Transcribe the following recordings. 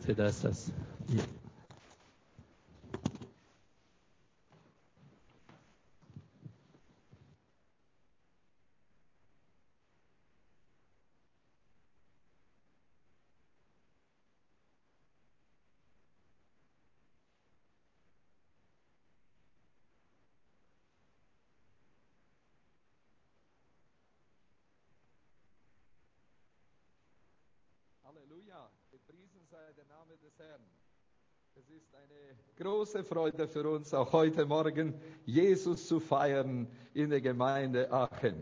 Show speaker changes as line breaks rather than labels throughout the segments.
te dessas.
Halleluja, gepriesen sei der Name des Herrn. Es ist eine große Freude für uns, auch heute Morgen Jesus zu feiern in der Gemeinde Aachen.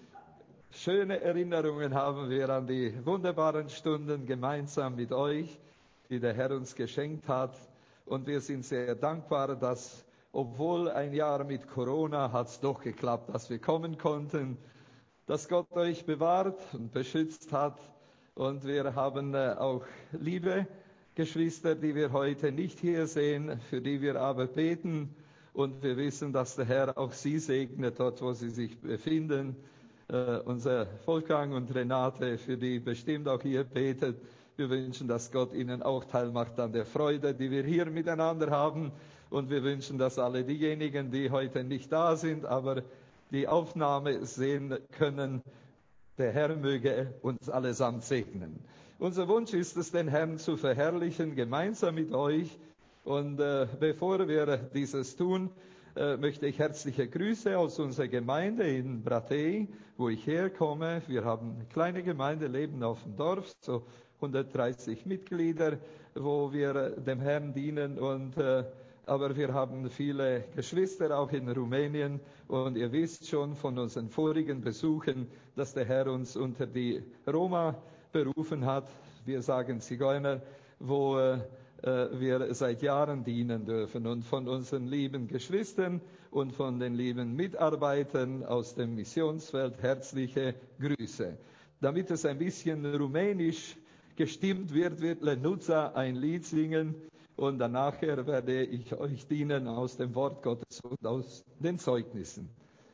Schöne Erinnerungen haben wir an die wunderbaren Stunden gemeinsam mit euch, die der Herr uns geschenkt hat. Und wir sind sehr dankbar, dass, obwohl ein Jahr mit Corona, hat es doch geklappt, dass wir kommen konnten, dass Gott euch bewahrt und beschützt hat. Und wir haben auch liebe Geschwister, die wir heute nicht hier sehen, für die wir aber beten. Und wir wissen, dass der Herr auch sie segnet, dort wo sie sich befinden. Unser Wolfgang und Renate, für die bestimmt auch hier betet. Wir wünschen, dass Gott ihnen auch teilmacht an der Freude, die wir hier miteinander haben. Und wir wünschen, dass alle diejenigen, die heute nicht da sind, aber die Aufnahme sehen können, der Herr möge uns allesamt segnen. Unser Wunsch ist es, den Herrn zu verherrlichen, gemeinsam mit euch. Und bevor wir dieses tun, möchte ich herzliche Grüße aus unserer Gemeinde in Bratei, wo ich herkomme. Wir haben eine kleine Gemeinde, leben auf dem Dorf, so 130 Mitglieder, wo wir dem Herrn dienen. Aber wir haben viele Geschwister auch in Rumänien und ihr wisst schon von unseren vorigen Besuchen, dass der Herr uns unter die Roma berufen hat. Wir sagen Zigeuner, wo wir seit Jahren dienen dürfen. Und von unseren lieben Geschwistern und von den lieben Mitarbeitern aus dem Missionsfeld herzliche Grüße. Damit es ein bisschen rumänisch gestimmt wird Lenuța ein Lied singen. Und danach werde ich euch dienen aus dem Wort Gottes und aus den Zeugnissen.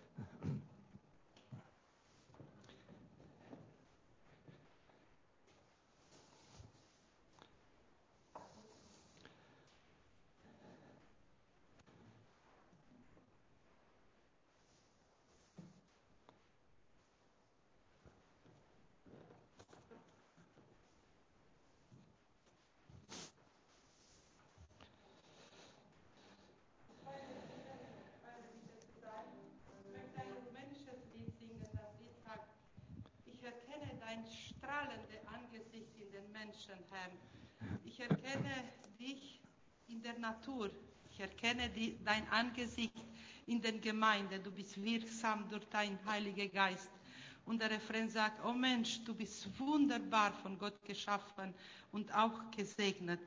Dein strahlende Angesicht in den Menschen, Herr. Ich erkenne dich in der Natur. Ich erkenne dein Angesicht in den Gemeinden. Du bist wirksam durch deinen Heiligen Geist. Und der Refrain sagt, oh Mensch, du bist wunderbar von Gott geschaffen und auch gesegnet.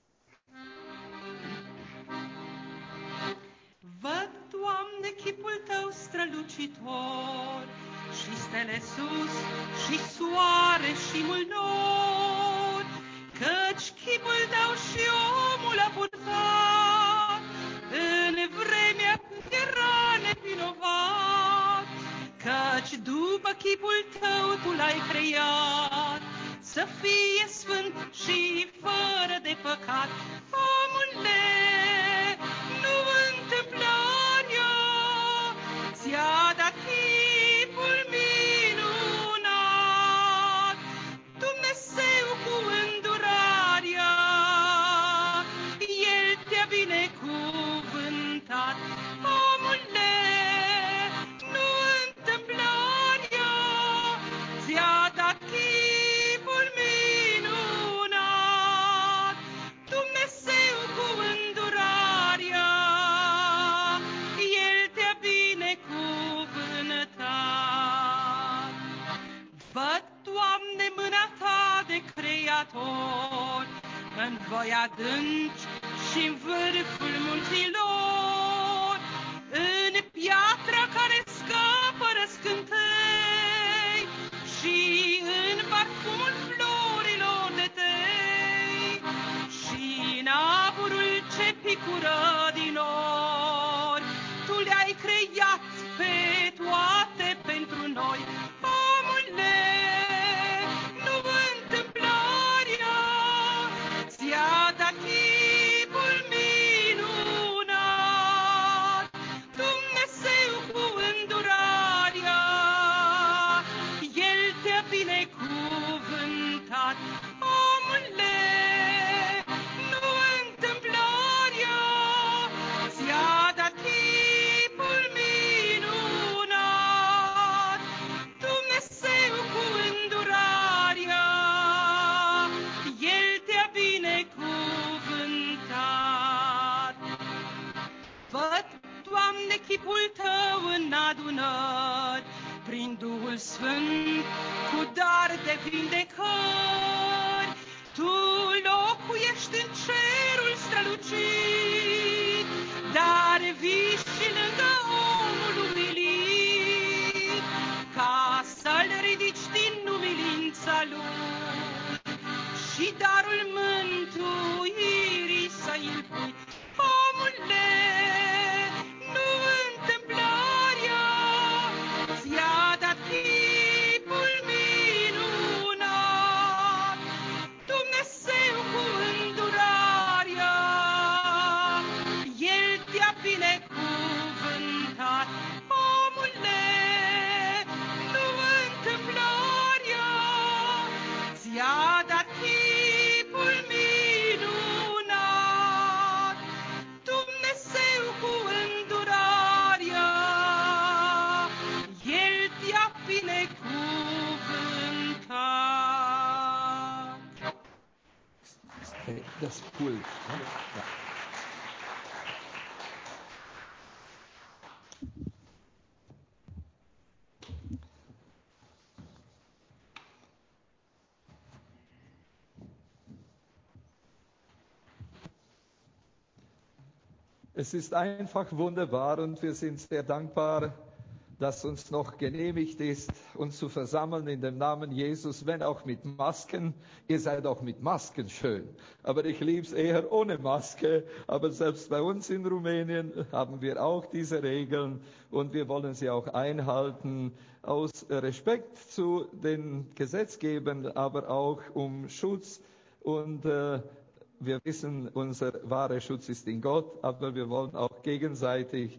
Văd, Doamne, chipul Tău strălucitor, și stele sus, și soare, și mult nor, căci chipul Tău și omul a purtat, în vremea când era nevinovat, căci după chipul Tău Tu l-ai creat, să fie sfânt și fără de păcat. Omule, nu întâmplarea ți-a dat chipul minunat, Dumnezeu cu îndurarea, El te-a binecuvântat. Omule, nu întâmplarea ți-a dat chipul minunat, Dumnezeu cu îndurarea, El te-a binecuvântat. Văd, Doamne, mâna Ta de creator, în voi adânci și în vârful munților, în piatra care scapă răscântei și în parfumul florilor de tei și în aburul ce picură din nori. Tu le-ai creat pe toate pentru noi. Omule, nu întâmplarea ți-a adunat prin Duhul Sfânt cu dar de vindecări. Tu locuiești în cerul strălucit, dar vii și lângă omul umilit, ca să-l ridici din umilința lui și darul mântuirii să-i pui. Omule, nu întâmplarea ți-a dat chipul minunat, Dumnezeu cu îndurarea, El te-a binecuvântat. Omule, nu întâmplarea ți-a dat chipul minunat, Dumnezeu cu îndurarea, El te-a binecuvântat.
Das Pult. Ne? Ja. Es ist einfach wunderbar und wir sind sehr dankbar, dass uns noch genehmigt ist, uns zu versammeln in dem Namen Jesus, wenn auch mit Masken. Ihr seid auch mit Masken schön, aber ich liebe es eher ohne Maske. Aber selbst bei uns in Rumänien haben wir auch diese Regeln und wir wollen sie auch einhalten, aus Respekt zu den Gesetzgebern, aber auch um Schutz. Und wir wissen, unser wahrer Schutz ist in Gott, aber wir wollen auch gegenseitig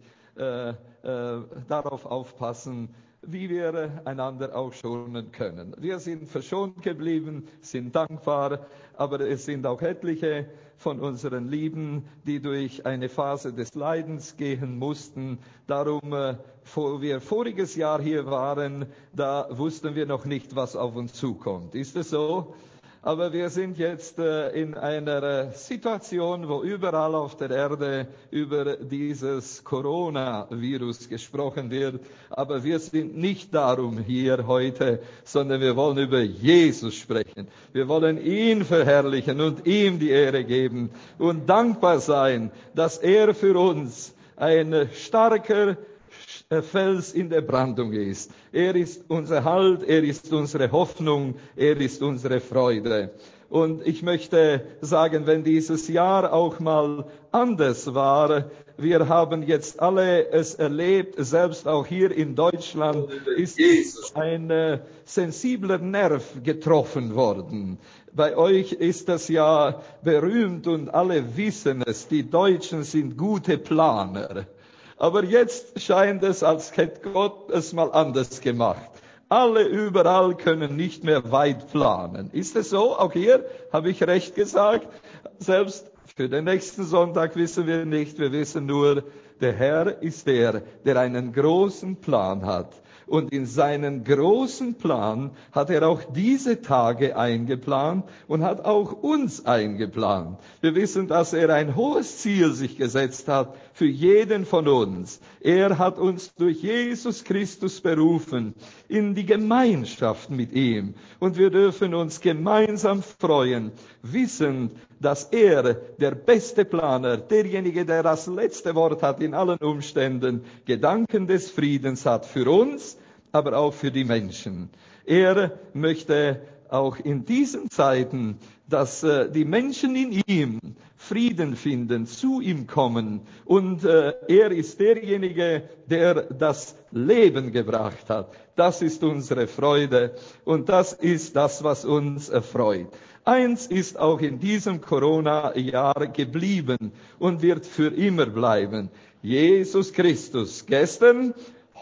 darauf aufpassen, wie wir einander auch schonen können. Wir sind verschont geblieben, sind dankbar, aber es sind auch etliche von unseren Lieben, die durch eine Phase des Leidens gehen mussten. Darum, wo wir voriges Jahr hier waren, da wussten wir noch nicht, was auf uns zukommt. Ist es so? Aber wir sind jetzt in einer Situation, wo überall auf der Erde über dieses Coronavirus gesprochen wird. Aber wir sind nicht darum hier heute, sondern wir wollen über Jesus sprechen. Wir wollen ihn verherrlichen und ihm die Ehre geben und dankbar sein, dass er für uns ein starker Fels in der Brandung ist. Er ist unser Halt, er ist unsere Hoffnung, er ist unsere Freude. Und ich möchte sagen, wenn dieses Jahr auch mal anders war, wir haben jetzt alle es erlebt, selbst auch hier in Deutschland ist ein sensibler Nerv getroffen worden. Bei euch ist das ja berühmt und alle wissen es, die Deutschen sind gute Planer. Aber jetzt scheint es, als hätte Gott es mal anders gemacht. Alle überall können nicht mehr weit planen. Ist es so? Auch hier habe ich recht gesagt. Selbst für den nächsten Sonntag wissen wir nicht. Wir wissen nur, der Herr ist der einen großen Plan hat. Und in seinen großen Plan hat er auch diese Tage eingeplant und hat auch uns eingeplant. Wir wissen, dass er ein hohes Ziel sich gesetzt hat für jeden von uns. Er hat uns durch Jesus Christus berufen in die Gemeinschaft mit ihm. Und wir dürfen uns gemeinsam freuen, wissend, dass er, der beste Planer, derjenige, der das letzte Wort hat in allen Umständen, Gedanken des Friedens hat für uns, aber auch für die Menschen. Er möchte auch in diesen Zeiten, dass die Menschen in ihm Frieden finden, zu ihm kommen. Und er ist derjenige, der das Leben gebracht hat. Das ist unsere Freude und das ist das, was uns erfreut. Eins ist auch in diesem Corona-Jahr geblieben und wird für immer bleiben. Jesus Christus, gestern,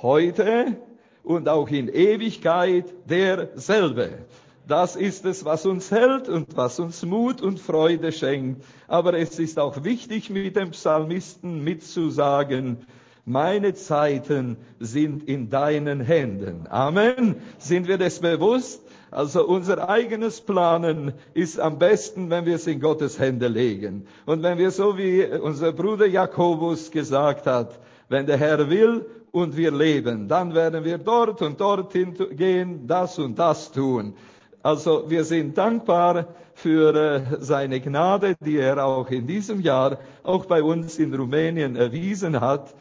heute und auch in Ewigkeit derselbe. Das ist es, was uns hält und was uns Mut und Freude schenkt. Aber es ist auch wichtig, mit dem Psalmisten mitzusagen, meine Zeiten sind in deinen Händen. Amen. Sind wir das bewusst? Also unser eigenes Planen ist am besten, wenn wir es in Gottes Hände legen. Und wenn wir so wie unser Bruder Jakobus gesagt hat, wenn der Herr will und wir leben. Dann werden wir dort und dorthin gehen, das und das tun. Also wir sind dankbar für seine Gnade, die er auch in diesem Jahr auch bei uns in Rumänien erwiesen hat.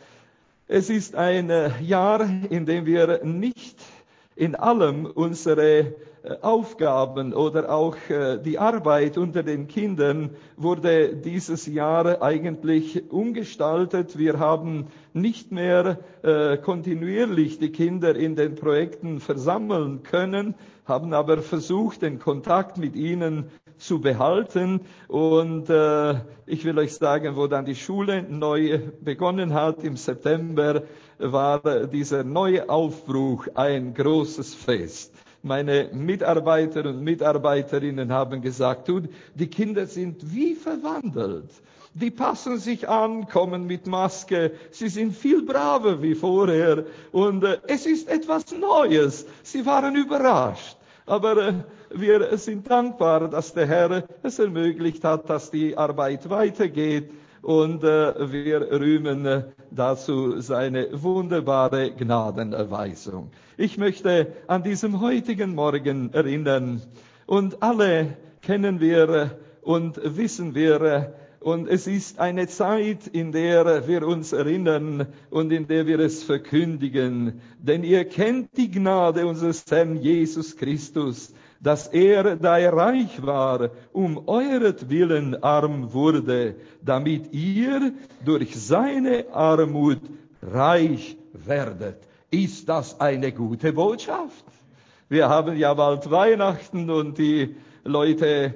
Es ist ein Jahr, in dem wir nicht in allem unsere Aufgaben oder auch die Arbeit unter den Kindern wurde dieses Jahr eigentlich umgestaltet. Wir haben nicht mehr kontinuierlich die Kinder in den Projekten versammeln können, haben aber versucht, den Kontakt mit ihnen zu behalten. Und ich will euch sagen, wo dann die Schule neu begonnen hat im September, war dieser neue Aufbruch ein großes Fest. Meine Mitarbeiter und Mitarbeiterinnen haben gesagt, du, die Kinder sind wie verwandelt. Die passen sich an, kommen mit Maske, sie sind viel braver wie vorher und es ist etwas Neues. Sie waren überrascht. Aber wir sind dankbar, dass der Herr es ermöglicht hat, dass die Arbeit weitergeht. Und wir rühmen dazu seine wunderbare Gnadenerweisung. Ich möchte an diesem heutigen Morgen erinnern. Und alle kennen wir und wissen wir. Und es ist eine Zeit, in der wir uns erinnern und in der wir es verkündigen. Denn ihr kennt die Gnade unseres Herrn Jesus Christus, dass er, da er reich war, um euretwillen arm wurde, damit ihr durch seine Armut reich werdet. Ist das eine gute Botschaft? Wir haben ja bald Weihnachten und die Leute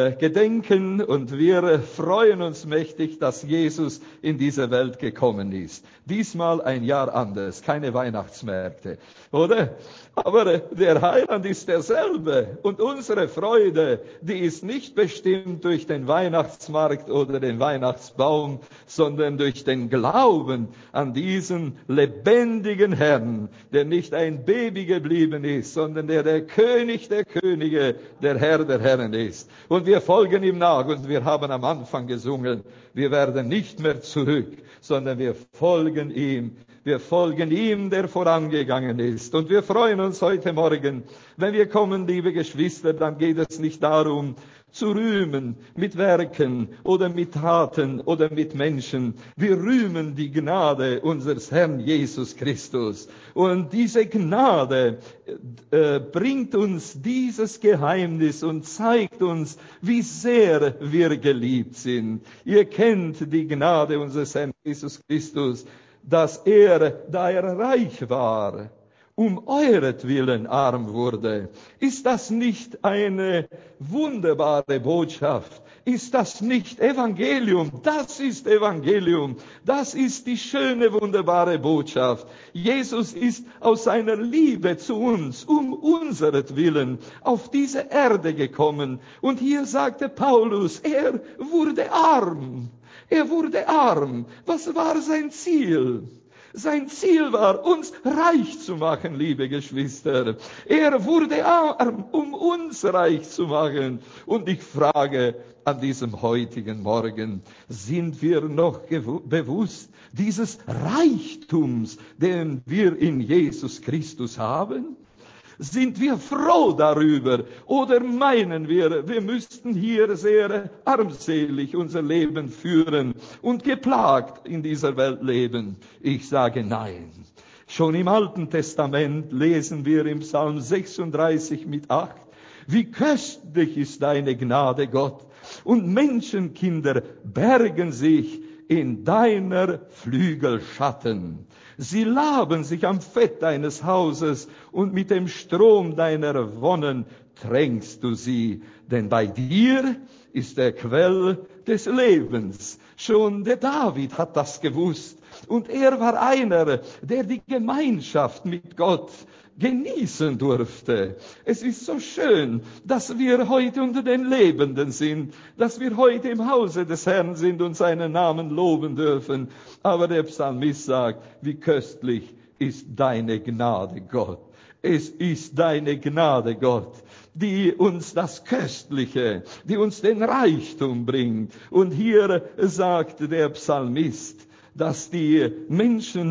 gedenken und wir freuen uns mächtig, dass Jesus in diese Welt gekommen ist. Diesmal ein Jahr anders, keine Weihnachtsmärkte, oder? Aber der Heiland ist derselbe und unsere Freude, die ist nicht bestimmt durch den Weihnachtsmarkt oder den Weihnachtsbaum, sondern durch den Glauben an diesen lebendigen Herrn, der nicht ein Baby geblieben ist, sondern der König der Könige, der Herr der Herren ist. Und wir folgen ihm nach und wir haben am Anfang gesungen, wir werden nicht mehr zurück, sondern wir folgen ihm. Wir folgen ihm, der vorangegangen ist. Und wir freuen uns heute Morgen, wenn wir kommen, liebe Geschwister, dann geht es nicht darum, zu rühmen mit Werken oder mit Taten oder mit Menschen. Wir rühmen die Gnade unseres Herrn Jesus Christus. Und diese Gnade bringt uns dieses Geheimnis und zeigt uns, wie sehr wir geliebt sind. Ihr kennt die Gnade unseres Herrn Jesus Christus, dass er, da er reich war, um euretwillen arm wurde. Ist das nicht eine wunderbare Botschaft? Ist das nicht Evangelium? Das ist Evangelium. Das ist die schöne, wunderbare Botschaft. Jesus ist aus seiner Liebe zu uns, um unseretwillen, auf diese Erde gekommen. Und hier sagte Paulus, er wurde arm. Er wurde arm. Was war sein Ziel? Sein Ziel war, uns reich zu machen, liebe Geschwister. Er wurde arm, um uns reich zu machen. Und ich frage an diesem heutigen Morgen, sind wir noch bewusst dieses Reichtums, den wir in Jesus Christus haben? Sind wir froh darüber oder meinen wir müssten hier sehr armselig unser Leben führen und geplagt in dieser Welt leben? Ich sage nein. Schon im Alten Testament lesen wir im Psalm 36 mit 8, wie köstlich ist deine Gnade, Gott, und Menschenkinder bergen sich in deiner Flügelschatten. Sie laben sich am Fett deines Hauses und mit dem Strom deiner Wonnen tränkst du sie. Denn bei dir ist der Quell des Lebens. Schon der David hat das gewusst. Und er war einer, der die Gemeinschaft mit Gott genießen durfte. Es ist so schön, dass wir heute unter den Lebenden sind, dass wir heute im Hause des Herrn sind und seinen Namen loben dürfen. Aber der Psalmist sagt, wie köstlich ist deine Gnade, Gott. Es ist deine Gnade, Gott, die uns das Köstliche, die uns den Reichtum bringt. Und hier sagt der Psalmist, dass die Menschen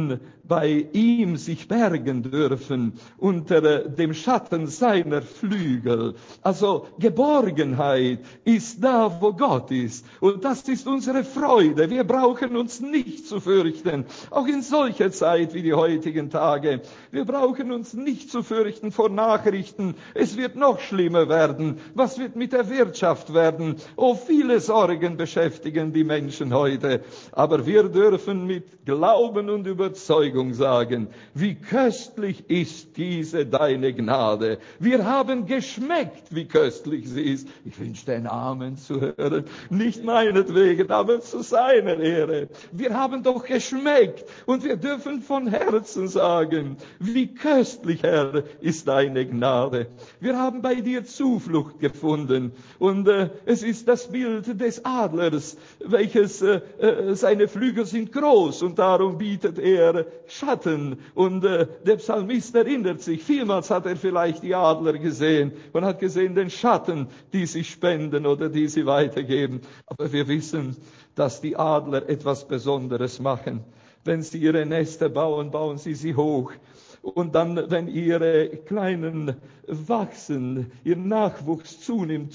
bei ihm sich bergen dürfen, unter dem Schatten seiner Flügel. Also Geborgenheit ist da, wo Gott ist. Und das ist unsere Freude. Wir brauchen uns nicht zu fürchten, auch in solcher Zeit wie die heutigen Tage. Wir brauchen uns nicht zu fürchten vor Nachrichten. Es wird noch schlimmer werden. Was wird mit der Wirtschaft werden? Oh, viele Sorgen beschäftigen die Menschen heute. Aber wir dürfen mit Glauben und Überzeugung sagen, wie köstlich ist diese deine Gnade. Wir haben geschmeckt, wie köstlich sie ist. Ich wünsche den Amen zu hören. Nicht meinetwegen, aber zu seiner Ehre. Wir haben doch geschmeckt und wir dürfen von Herzen sagen, wie köstlich, Herr, ist deine Gnade. Wir haben bei dir Zuflucht gefunden und es ist das Bild des Adlers, welches seine Flügel sind groß und darum bietet er Schatten. Und der Psalmist erinnert sich, vielmals hat er vielleicht die Adler gesehen und hat gesehen den Schatten, die sie spenden oder die sie weitergeben. Aber wir wissen, dass die Adler etwas Besonderes machen. Wenn sie ihre Nester bauen, bauen sie hoch. Und dann, wenn ihre Kleinen wachsen, ihr Nachwuchs zunimmt,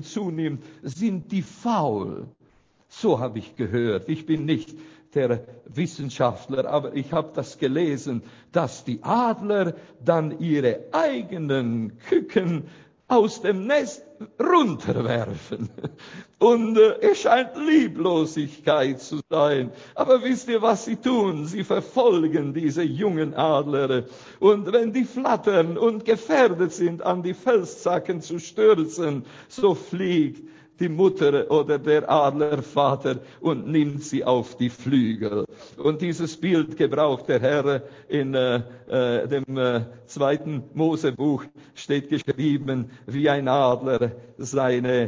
sind die faul. So habe ich gehört. Ich bin nicht der Wissenschaftler, aber ich habe das gelesen, dass die Adler dann ihre eigenen Küken aus dem Nest runterwerfen. Und es scheint Lieblosigkeit zu sein. Aber wisst ihr, was sie tun? Sie verfolgen diese jungen Adler. Und wenn die flattern und gefährdet sind, an die Felszacken zu stürzen, so fliegt die Mutter oder der Adlervater und nimmt sie auf die Flügel. Und dieses Bild gebraucht der Herr in dem 2. Mosebuch, steht geschrieben, wie ein Adler seine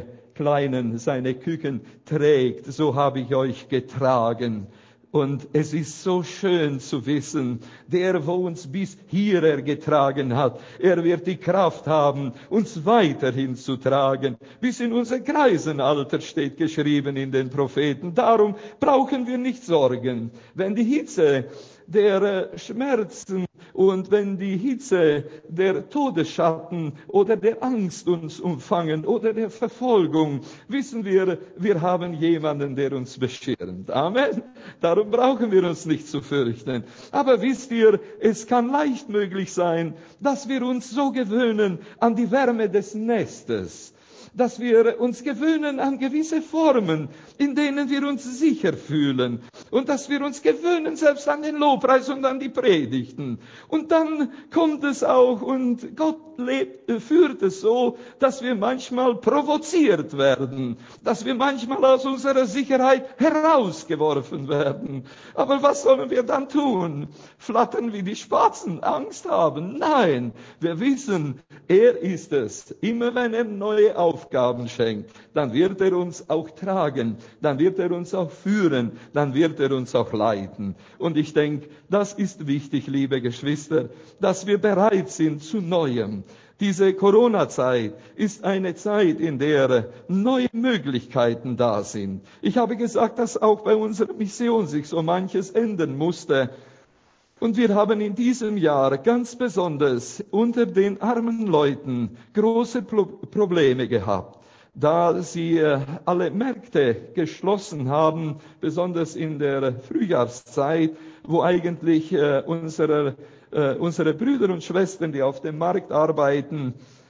Küken trägt, so habe ich euch getragen. Und es ist so schön zu wissen, der, wo uns bis hierher getragen hat, er wird die Kraft haben, uns weiterhin zu tragen. Bis in unser Greisenalter steht geschrieben in den Propheten. Darum brauchen wir nicht sorgen. Wenn die Hitze der Schmerzen und wenn die Hitze der Todesschatten oder der Angst uns umfangen oder der Verfolgung, wissen wir, wir haben jemanden, der uns beschirmt. Amen. Darum brauchen wir uns nicht zu fürchten. Aber wisst ihr, es kann leicht möglich sein, dass wir uns so gewöhnen an die Wärme des Nestes, dass wir uns gewöhnen an gewisse Formen, in denen wir uns sicher fühlen. Und dass wir uns gewöhnen selbst an den Lobpreis und an die Predigten. Und dann kommt es auch, und Gott führt es so, dass wir manchmal provoziert werden. Dass wir manchmal aus unserer Sicherheit herausgeworfen werden. Aber was sollen wir dann tun? Flattern wie die Spatzen, Angst haben? Nein, wir wissen, er ist es. Immer wenn er neue Aufgaben schenkt, dann wird er uns auch tragen, dann wird er uns auch führen, dann wird er uns auch leiten. Und ich denke, das ist wichtig, liebe Geschwister, dass wir bereit sind zu Neuem. Diese Corona-Zeit ist eine Zeit, in der neue Möglichkeiten da sind. Ich habe gesagt, dass auch bei unserer Mission sich so manches ändern musste. Und wir haben in diesem Jahr ganz besonders unter den armen Leuten große Probleme gehabt, da sie alle Märkte geschlossen haben, besonders in der Frühjahrszeit, wo eigentlich unsere Brüder und Schwestern, die auf dem Markt arbeiten,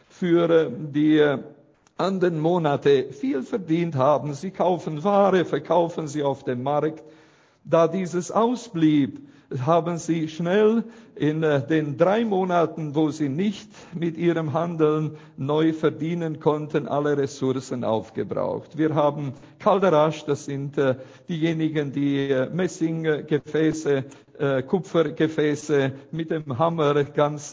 für die anderen Monate viel verdient haben. Sie kaufen Ware, verkaufen sie auf dem Markt. Da dieses ausblieb, haben sie schnell in den 3 Monaten, wo sie nicht mit ihrem Handeln neu verdienen konnten, alle Ressourcen aufgebraucht. Wir haben Calderache, das sind diejenigen, die Messinggefäße, Kupfergefäße mit dem Hammer, ganz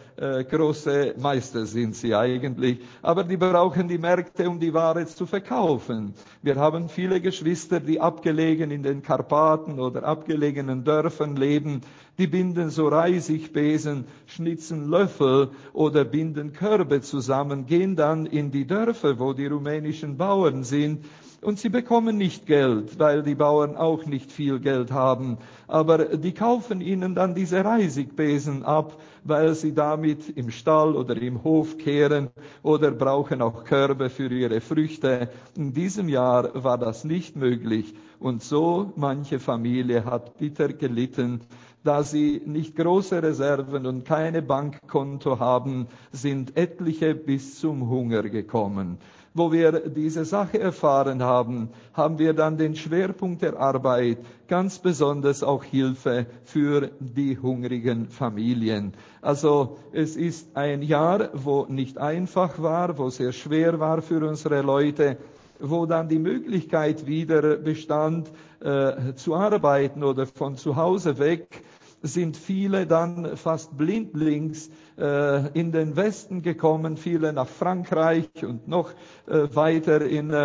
große Meister sind sie eigentlich. Aber die brauchen die Märkte, um die Ware zu verkaufen. Wir haben viele Geschwister, die abgelegen in den Karpaten oder abgelegenen Dörfern leben. Die binden so Reifen Reisigbesen, schnitzen Löffel oder binden Körbe zusammen, gehen dann in die Dörfer, wo die rumänischen Bauern sind, und sie bekommen nicht Geld, weil die Bauern auch nicht viel Geld haben. Aber die kaufen ihnen dann diese Reisigbesen ab, weil sie damit im Stall oder im Hof kehren oder brauchen auch Körbe für ihre Früchte. In diesem Jahr war das nicht möglich. Und so manche Familie hat bitter gelitten. Da sie nicht große Reserven und keine Bankkonto haben, sind etliche bis zum Hunger gekommen. Wo wir diese Sache erfahren haben, haben wir dann den Schwerpunkt der Arbeit, ganz besonders auch Hilfe für die hungrigen Familien. Also es ist ein Jahr, wo nicht einfach war, wo sehr schwer war für unsere Leute, wo dann die Möglichkeit wieder bestand, zu arbeiten oder von zu Hause weg, sind viele dann fast blindlings in den Westen gekommen, viele nach Frankreich und noch weiter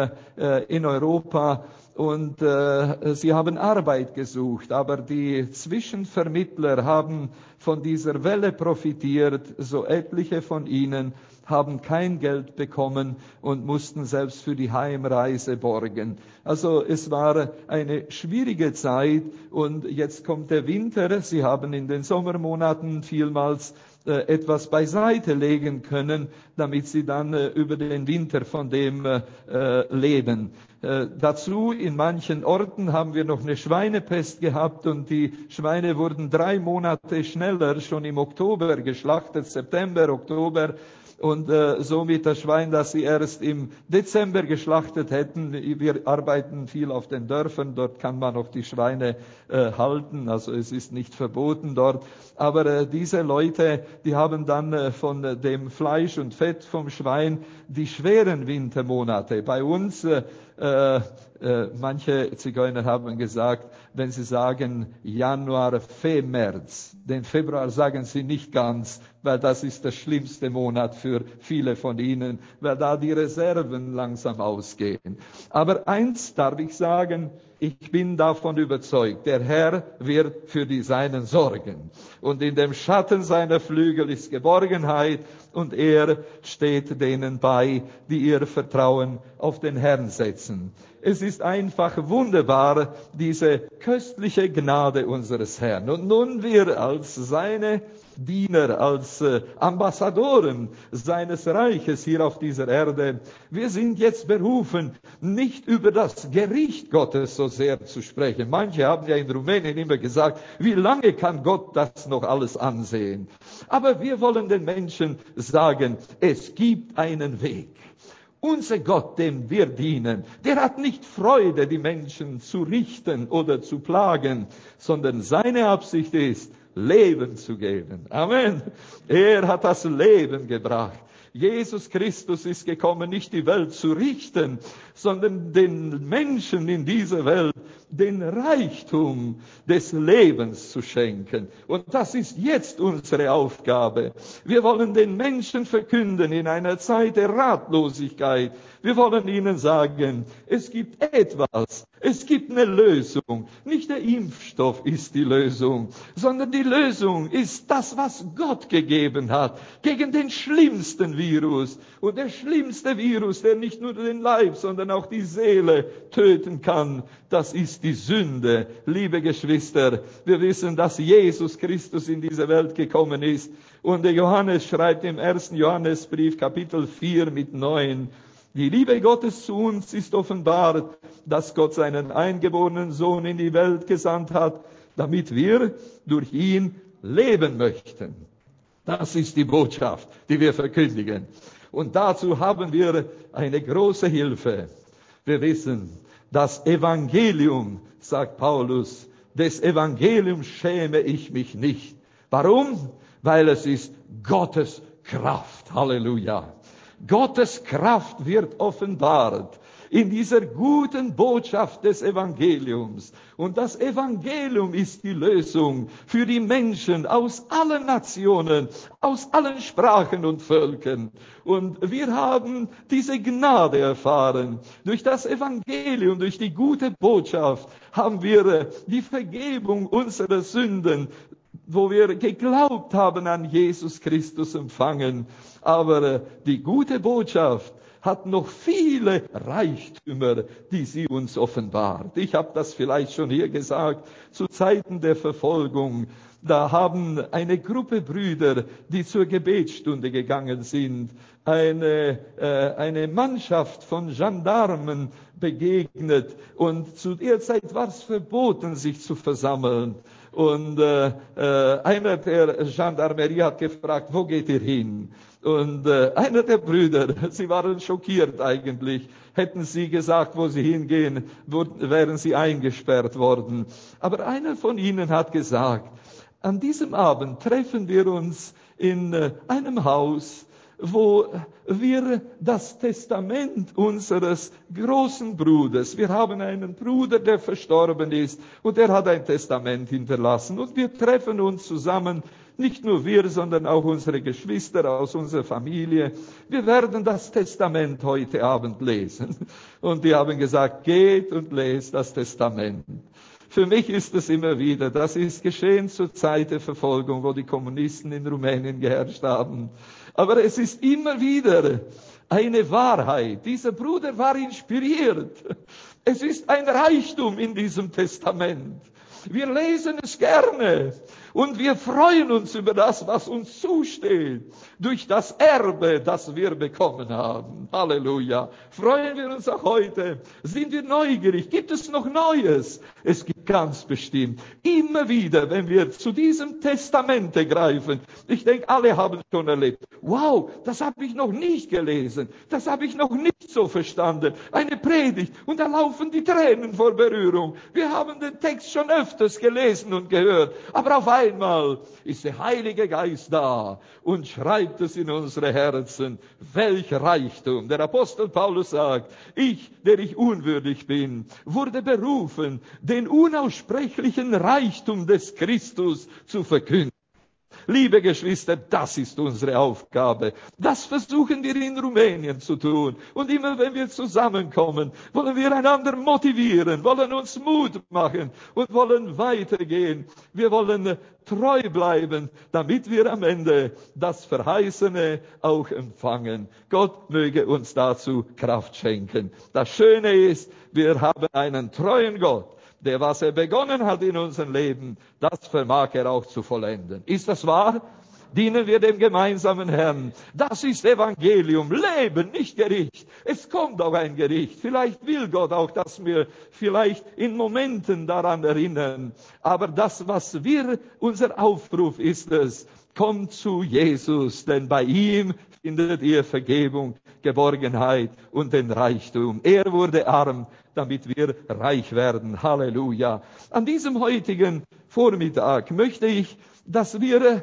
in Europa. Und sie haben Arbeit gesucht, aber die Zwischenvermittler haben von dieser Welle profitiert, so etliche von ihnen haben kein Geld bekommen und mussten selbst für die Heimreise borgen. Also es war eine schwierige Zeit und jetzt kommt der Winter. Sie haben in den Sommermonaten vielmals etwas beiseite legen können, damit sie dann über den Winter von dem leben. Dazu in manchen Orten haben wir noch eine Schweinepest gehabt und die Schweine wurden 3 Monate schneller, schon im Oktober geschlachtet, September, Oktober. Und somit das Schwein, das sie erst im Dezember geschlachtet hätten. Wir arbeiten viel auf den Dörfern, dort kann man auch die Schweine halten, also es ist nicht verboten dort. Aber diese Leute, die haben dann von dem Fleisch und Fett vom Schwein die schweren Wintermonate. Bei uns, manche Zigeuner haben gesagt, wenn sie sagen Januar, März, den Februar sagen sie nicht ganz, weil das ist der schlimmste Monat für viele von ihnen, weil da die Reserven langsam ausgehen. Aber eins darf ich sagen, ich bin davon überzeugt, der Herr wird für die Seinen sorgen. Und in dem Schatten seiner Flügel ist Geborgenheit und er steht denen bei, die ihr Vertrauen auf den Herrn setzen. Es ist einfach wunderbar, diese köstliche Gnade unseres Herrn. Und nun wir als seine Diener, als Ambassadoren seines Reiches hier auf dieser Erde, wir sind jetzt berufen, nicht über das Gericht Gottes so sehr zu sprechen. Manche haben ja in Rumänien immer gesagt, wie lange kann Gott das noch alles ansehen? Aber wir wollen den Menschen sagen, es gibt einen Weg. Unser Gott, dem wir dienen, der hat nicht Freude, die Menschen zu richten oder zu plagen, sondern seine Absicht ist, Leben zu geben. Amen. Er hat das Leben gebracht. Jesus Christus ist gekommen, nicht die Welt zu richten, sondern den Menschen in dieser Welt den Reichtum des Lebens zu schenken. Und das ist jetzt unsere Aufgabe. Wir wollen den Menschen verkünden in einer Zeit der Ratlosigkeit. Wir wollen ihnen sagen, es gibt etwas, es gibt eine Lösung. Nicht der Impfstoff ist die Lösung, sondern die Lösung ist das, was Gott gegeben hat, gegen den schlimmsten Virus. Und der schlimmste Virus, der nicht nur den Leib, sondern auch die Seele töten kann, das ist die Sünde. Liebe Geschwister, wir wissen, dass Jesus Christus in diese Welt gekommen ist. Und der Johannes schreibt im 1. Johannesbrief, Kapitel 4 mit 9, die Liebe Gottes zu uns ist offenbart, dass Gott seinen eingeborenen Sohn in die Welt gesandt hat, damit wir durch ihn leben möchten. Das ist die Botschaft, die wir verkündigen. Und dazu haben wir eine große Hilfe. Wir wissen, das Evangelium, sagt Paulus, des Evangeliums schäme ich mich nicht. Warum? Weil es ist Gottes Kraft. Halleluja. Gottes Kraft wird offenbart in dieser guten Botschaft des Evangeliums. Und das Evangelium ist die Lösung für die Menschen aus allen Nationen, aus allen Sprachen und Völkern. Und wir haben diese Gnade erfahren. Durch das Evangelium, durch die gute Botschaft haben wir die Vergebung unserer Sünden wo wir geglaubt haben an Jesus Christus empfangen. Aber die gute Botschaft hat noch viele Reichtümer, die sie uns offenbart. Ich habe das vielleicht schon hier gesagt, zu Zeiten der Verfolgung, da haben eine Gruppe Brüder, die zur Gebetsstunde gegangen sind, eine Mannschaft von Gendarmen begegnet. Und zu der Zeit war es verboten, sich zu versammeln. Und einer der Gendarmerie hat gefragt, wo geht ihr hin? Und einer der Brüder, sie waren schockiert eigentlich, hätten sie gesagt, wo sie hingehen, wären sie eingesperrt worden. Aber einer von ihnen hat gesagt, an diesem Abend treffen wir uns in einem Haus, wo wir das Testament unseres großen Bruders, wir haben einen Bruder, der verstorben ist, und der hat ein Testament hinterlassen. Und wir treffen uns zusammen, nicht nur wir, sondern auch unsere Geschwister aus unserer Familie. Wir werden das Testament heute Abend lesen. Und die haben gesagt, geht und lest das Testament. Für mich ist es immer wieder, das ist geschehen zur Zeit der Verfolgung, wo die Kommunisten in Rumänien geherrscht haben. Aber es ist immer wieder eine Wahrheit. Dieser Bruder war inspiriert. Es ist ein Reichtum in diesem Testament. Wir lesen es gerne und wir freuen uns über das, was uns zusteht, durch das Erbe, das wir bekommen haben. Halleluja. Freuen wir uns auch heute. Sind wir neugierig? Gibt es noch Neues? Es gibt ganz bestimmt. Immer wieder, wenn wir zu diesem Testamente greifen. Ich denke, alle haben schon erlebt. Wow, das habe ich noch nicht gelesen. Das habe ich noch nicht so verstanden. Eine Predigt und da laufen die Tränen vor Berührung. Wir haben den Text schon öfters gelesen und gehört. Aber auf einmal ist der Heilige Geist da und schreibt es in unsere Herzen. Welch Reichtum! Der Apostel Paulus sagt, ich, der ich unwürdig bin, wurde berufen, den unaussprechlichen Reichtum des Christus zu verkünden. Liebe Geschwister, das ist unsere Aufgabe. Das versuchen wir in Rumänien zu tun. Und immer wenn wir zusammenkommen, wollen wir einander motivieren, wollen uns Mut machen und wollen weitergehen. Wir wollen treu bleiben, damit wir am Ende das Verheißene auch empfangen. Gott möge uns dazu Kraft schenken. Das Schöne ist, wir haben einen treuen Gott, der, was er begonnen hat in unserem Leben, das vermag er auch zu vollenden. Ist das wahr? Dienen wir dem gemeinsamen Herrn. Das ist Evangelium. Leben, nicht Gericht. Es kommt auch ein Gericht. Vielleicht will Gott auch, dass wir vielleicht in Momenten daran erinnern. Aber das, was unser Aufruf ist es, kommt zu Jesus, denn bei ihm findet ihr Vergebung, Geborgenheit und den Reichtum. Er wurde arm, damit wir reich werden. Halleluja. An diesem heutigen Vormittag möchte ich, dass wir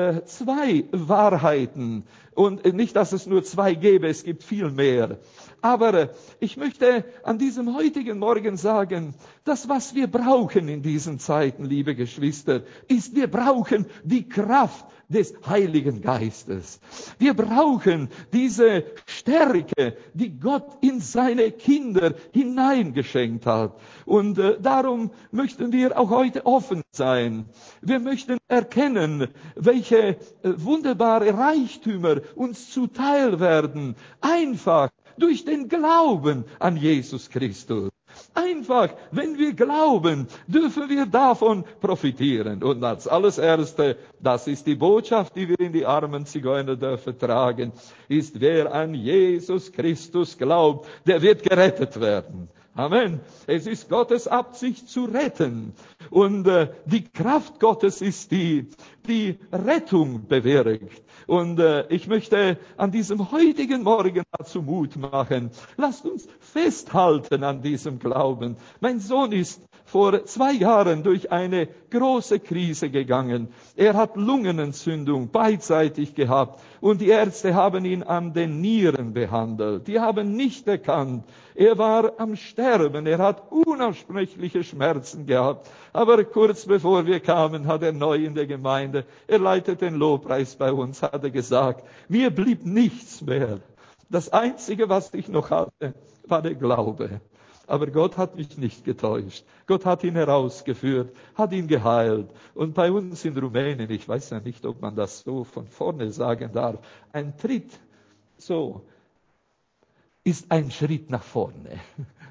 zwei Wahrheiten, und nicht, dass es nur zwei gäbe, es gibt viel mehr. Aber ich möchte an diesem heutigen Morgen sagen, das, was wir brauchen in diesen Zeiten, liebe Geschwister, ist, wir brauchen die Kraft des Heiligen Geistes. Wir brauchen diese Stärke, die Gott in seine Kinder hineingeschenkt hat. Und darum möchten wir auch heute offen sein. Wir möchten erkennen, welche wunderbare Reichtümer uns zuteil werden. Einfach durch den Glauben an Jesus Christus. Einfach, wenn wir glauben, dürfen wir davon profitieren. Und als alles Erste, das ist die Botschaft, die wir in die armen Zigeuner dürfen tragen, ist, wer an Jesus Christus glaubt, der wird gerettet werden. Amen. Es ist Gottes Absicht zu retten. Und die Kraft Gottes ist die Rettung bewirkt. Und ich möchte an diesem heutigen Morgen dazu Mut machen. Lasst uns festhalten an diesem Glauben. Mein Sohn ist vor 2 Jahren durch eine große Krise gegangen. Er hat Lungenentzündung beidseitig gehabt und die Ärzte haben ihn an den Nieren behandelt. Die haben nicht erkannt, er war am Sterben, er hat unaussprechliche Schmerzen gehabt. Aber kurz bevor wir kamen, hat er neu in der Gemeinde, er leitet den Lobpreis bei uns, hat er gesagt, mir blieb nichts mehr. Das Einzige, was ich noch hatte, war der Glaube. Aber Gott hat mich nicht getäuscht. Gott hat ihn herausgeführt, hat ihn geheilt. Und bei uns in Rumänien, ich weiß ja nicht, ob man das so von vorne sagen darf, ein Tritt so ist ein Schritt nach vorne.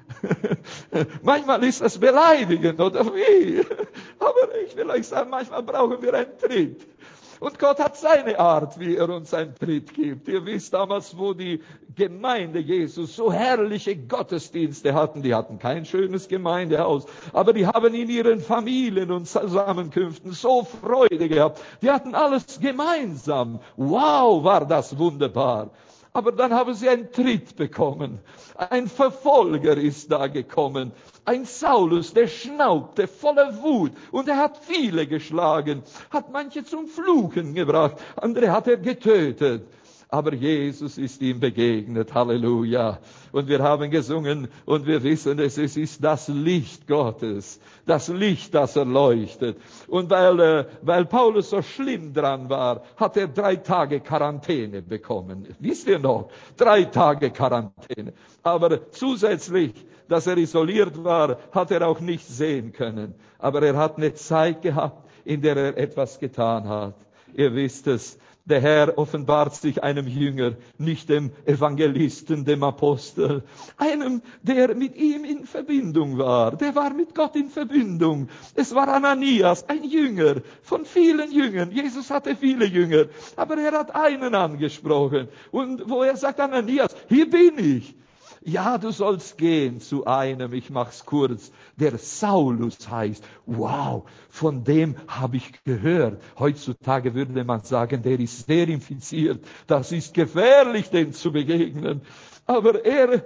Manchmal ist das beleidigend, oder wie? Aber ich will euch sagen, manchmal brauchen wir einen Tritt. Und Gott hat seine Art, wie er uns einen Tritt gibt. Ihr wisst damals, wo die Gemeinde Jesus so herrliche Gottesdienste hatten. Die hatten kein schönes Gemeindehaus, aber die haben in ihren Familien und Zusammenkünften so Freude gehabt. Die hatten alles gemeinsam. Wow, war das wunderbar. Aber dann haben sie einen Tritt bekommen. Ein Verfolger ist da gekommen. Ein Saulus, der schnaubte voller Wut. Und er hat viele geschlagen. Hat manche zum Fluchen gebracht. Andere hat er getötet. Aber Jesus ist ihm begegnet. Halleluja. Und wir haben gesungen und wir wissen es ist das Licht Gottes. Das Licht, das erleuchtet. Und weil Paulus so schlimm dran war, hat er 3 Tage Quarantäne bekommen. Wisst ihr noch? 3 Tage Quarantäne. Aber zusätzlich, dass er isoliert war, hat er auch nicht sehen können. Aber er hat eine Zeit gehabt, in der er etwas getan hat. Ihr wisst es. Der Herr offenbart sich einem Jünger, nicht dem Evangelisten, dem Apostel, einem, der mit ihm in Verbindung war. Der war mit Gott in Verbindung. Es war Ananias, ein Jünger von vielen Jüngern. Jesus hatte viele Jünger, aber er hat einen angesprochen. Und wo er sagt, Ananias, hier bin ich. Ja, du sollst gehen zu einem, ich mach's kurz, der Saulus heißt. Wow, von dem habe ich gehört. Heutzutage würde man sagen, der ist sehr infiziert. Das ist gefährlich, dem zu begegnen. Aber er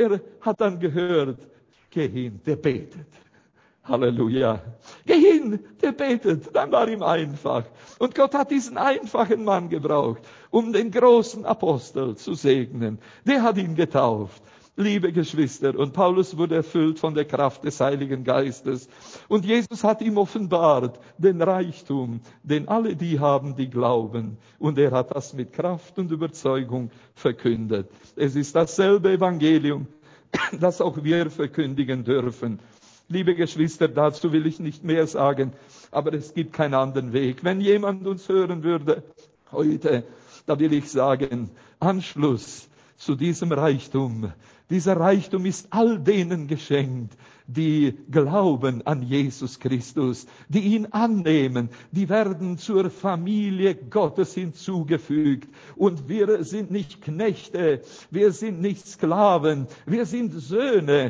hat dann gehört, geh hin, der betet. Halleluja. Geh hin, der betet. Dann war ihm einfach. Und Gott hat diesen einfachen Mann gebraucht, um den großen Apostel zu segnen. Der hat ihn getauft. Liebe Geschwister, und Paulus wurde erfüllt von der Kraft des Heiligen Geistes. Und Jesus hat ihm offenbart den Reichtum, den alle die haben, die glauben. Und er hat das mit Kraft und Überzeugung verkündet. Es ist dasselbe Evangelium, das auch wir verkündigen dürfen. Liebe Geschwister, dazu will ich nicht mehr sagen, aber es gibt keinen anderen Weg. Wenn jemand uns hören würde heute, da will ich sagen, Anschluss zu diesem Reichtum. Dieser Reichtum ist all denen geschenkt, die glauben an Jesus Christus, die ihn annehmen, die werden zur Familie Gottes hinzugefügt. Und wir sind nicht Knechte, wir sind nicht Sklaven, wir sind Söhne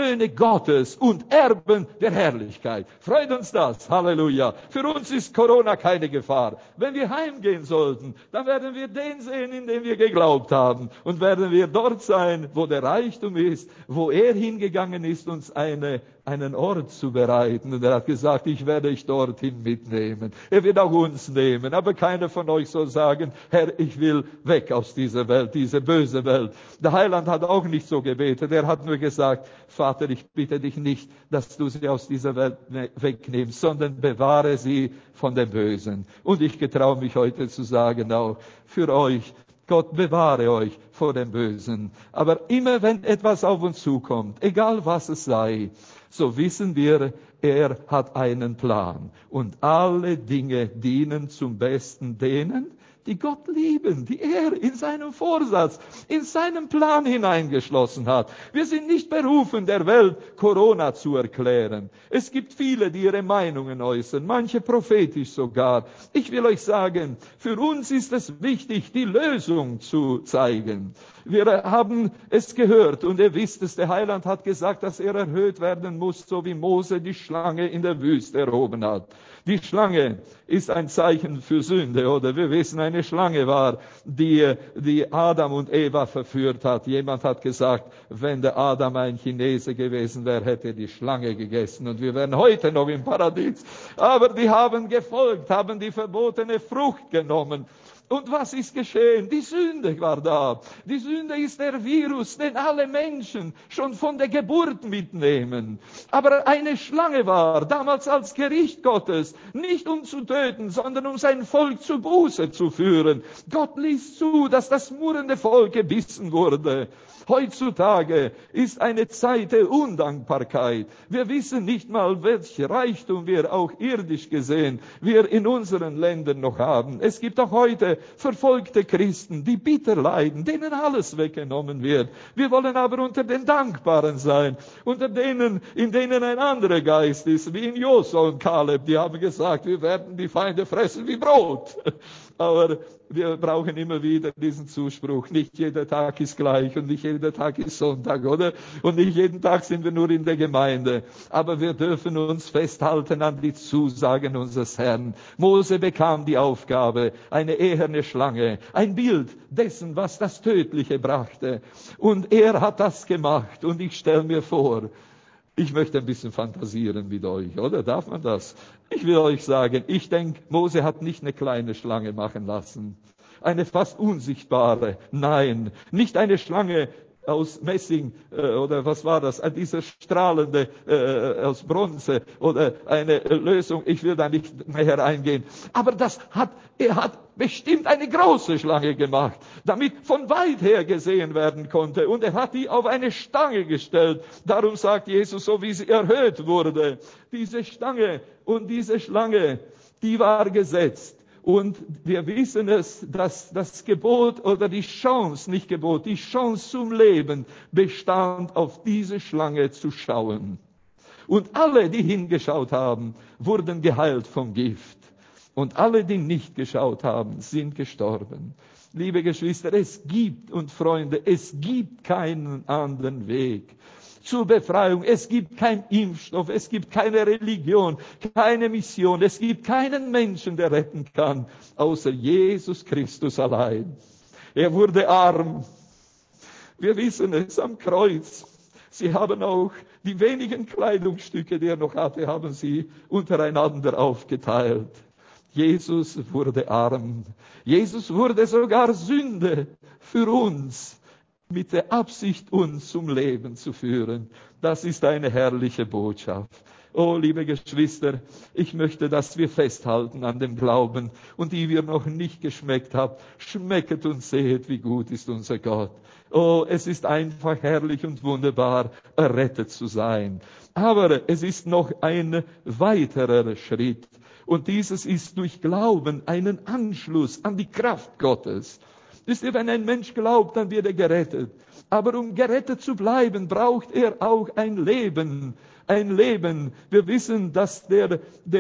Gottes und Erben der Herrlichkeit. Freut uns das, Halleluja. Für uns ist Corona keine Gefahr. Wenn wir heimgehen sollten, dann werden wir den sehen, in den wir geglaubt haben. Und werden wir dort sein, wo der Reichtum ist, wo er hingegangen ist, uns einen Ort zu bereiten. Und er hat gesagt, ich werde euch dorthin mitnehmen. Er wird auch uns nehmen. Aber keiner von euch soll sagen, Herr, ich will weg aus dieser Welt, diese böse Welt. Der Heiland hat auch nicht so gebetet. Er hat nur gesagt, Vater, ich bitte dich nicht, dass du sie aus dieser Welt wegnimmst, sondern bewahre sie von dem Bösen. Und ich getraue mich heute zu sagen auch, für euch, Gott bewahre euch vor dem Bösen. Aber immer wenn etwas auf uns zukommt, egal was es sei, so wissen wir, er hat einen Plan. Und alle Dinge dienen zum Besten denen, die Gott lieben, die er in seinem Vorsatz, in seinem Plan hineingeschlossen hat. Wir sind nicht berufen, der Welt Corona zu erklären. Es gibt viele, die ihre Meinungen äußern, manche prophetisch sogar. Ich will euch sagen, für uns ist es wichtig, die Lösung zu zeigen. Wir haben es gehört und ihr wisst es, der Heiland hat gesagt, dass er erhöht werden muss, so wie Mose die Schlange in der Wüste erhoben hat. Die Schlange ist ein Zeichen für Sünde, oder? Wir wissen, eine Schlange war, die Adam und Eva verführt hat. Jemand hat gesagt, wenn der Adam ein Chinese gewesen wäre, hätte er die Schlange gegessen und wir wären heute noch im Paradies. Aber die haben gefolgt, haben die verbotene Frucht genommen. Und was ist geschehen? Die Sünde war da. Die Sünde ist der Virus, den alle Menschen schon von der Geburt mitnehmen. Aber eine Schlange war damals als Gericht Gottes, nicht um zu töten, sondern um sein Volk zu Buße zu führen. Gott ließ zu, dass das murrende Volk gebissen wurde. Heutzutage ist eine Zeit der Undankbarkeit. Wir wissen nicht mal, welch Reichtum wir auch irdisch gesehen, wir in unseren Ländern noch haben. Es gibt auch heute verfolgte Christen, die bitter leiden, denen alles weggenommen wird. Wir wollen aber unter den Dankbaren sein, unter denen, in denen ein anderer Geist ist, wie in Josua und Kaleb. Die haben gesagt, wir werden die Feinde fressen wie Brot. Aber wir brauchen immer wieder diesen Zuspruch. Nicht jeder Tag ist gleich und nicht jeder Tag ist Sonntag, oder? Und nicht jeden Tag sind wir nur in der Gemeinde. Aber wir dürfen uns festhalten an die Zusagen unseres Herrn. Mose bekam die Aufgabe, eine eherne Schlange, ein Bild dessen, was das Tödliche brachte. Und er hat das gemacht. Und ich stelle mir vor, ich möchte ein bisschen fantasieren mit euch, oder? Darf man das? Ich will euch sagen, ich denke, Mose hat nicht eine kleine Schlange machen lassen. Eine fast unsichtbare. Nein, nicht eine Schlange aus Messing, oder was war das? Dieser strahlende, aus Bronze, oder eine Lösung. Ich will da nicht mehr hereingehen. Aber er hat bestimmt eine große Schlange gemacht, damit von weit her gesehen werden konnte. Und er hat die auf eine Stange gestellt. Darum sagt Jesus, so wie sie erhöht wurde. Diese Stange und diese Schlange, die war gesetzt. Und wir wissen es, dass das Gebot oder die Chance, nicht Gebot, die Chance zum Leben bestand, auf diese Schlange zu schauen. Und alle, die hingeschaut haben, wurden geheilt vom Gift. Und alle, die nicht geschaut haben, sind gestorben. Liebe Geschwister, es gibt, und Freunde, es gibt keinen anderen Weg zur Befreiung. Es gibt keinen Impfstoff, es gibt keine Religion, keine Mission, es gibt keinen Menschen, der retten kann, außer Jesus Christus allein. Er wurde arm. Wir wissen es am Kreuz. Sie haben auch die wenigen Kleidungsstücke, die er noch hatte, haben sie untereinander aufgeteilt. Jesus wurde arm. Jesus wurde sogar Sünde für uns, mit der Absicht, uns zum Leben zu führen. Das ist eine herrliche Botschaft. Oh, liebe Geschwister, ich möchte, dass wir festhalten an dem Glauben. Und die wir noch nicht geschmeckt haben, schmecket und sehet, wie gut ist unser Gott. Oh, es ist einfach herrlich und wunderbar, errettet zu sein. Aber es ist noch ein weiterer Schritt. Und dieses ist durch Glauben einen Anschluss an die Kraft Gottes. Wisst ihr, wenn ein Mensch glaubt, dann wird er gerettet. Aber um gerettet zu bleiben, braucht er auch ein Leben. Ein Leben. Wir wissen, dass der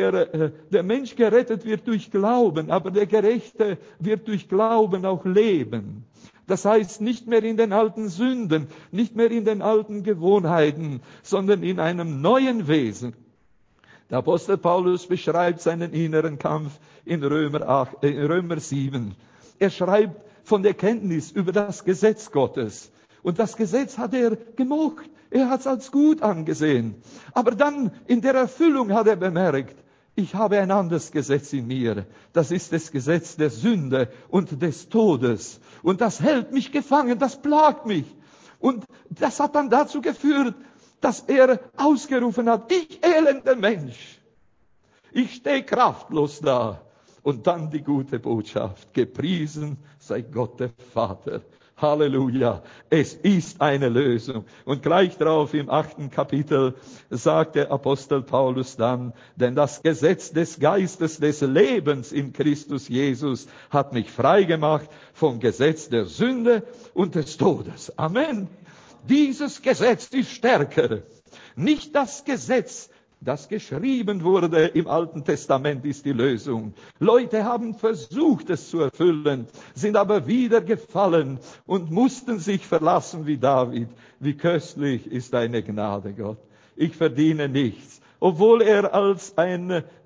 Mensch gerettet wird durch Glauben, aber der Gerechte wird durch Glauben auch leben. Das heißt, nicht mehr in den alten Sünden, nicht mehr in den alten Gewohnheiten, sondern in einem neuen Wesen. Der Apostel Paulus beschreibt seinen inneren Kampf in Römer 7. Er schreibt von der Kenntnis über das Gesetz Gottes. Und das Gesetz hat er gemocht. Er hat es als gut angesehen. Aber dann in der Erfüllung hat er bemerkt, ich habe ein anderes Gesetz in mir. Das ist das Gesetz der Sünde und des Todes. Und das hält mich gefangen, das plagt mich. Und das hat dann dazu geführt, dass er ausgerufen hat, ich elender Mensch. Ich stehe kraftlos da. Und dann die gute Botschaft, gepriesen sei Gott der Vater. Halleluja, es ist eine Lösung. Und gleich darauf im 8. Kapitel sagt der Apostel Paulus dann, denn das Gesetz des Geistes des Lebens in Christus Jesus hat mich frei gemacht vom Gesetz der Sünde und des Todes. Amen. Dieses Gesetz ist stärker. Nicht das Gesetz, das geschrieben wurde im Alten Testament, ist die Lösung. Leute haben versucht, es zu erfüllen, sind aber wieder gefallen und mussten sich verlassen wie David. Wie köstlich ist deine Gnade, Gott. Ich verdiene nichts. Obwohl er als ein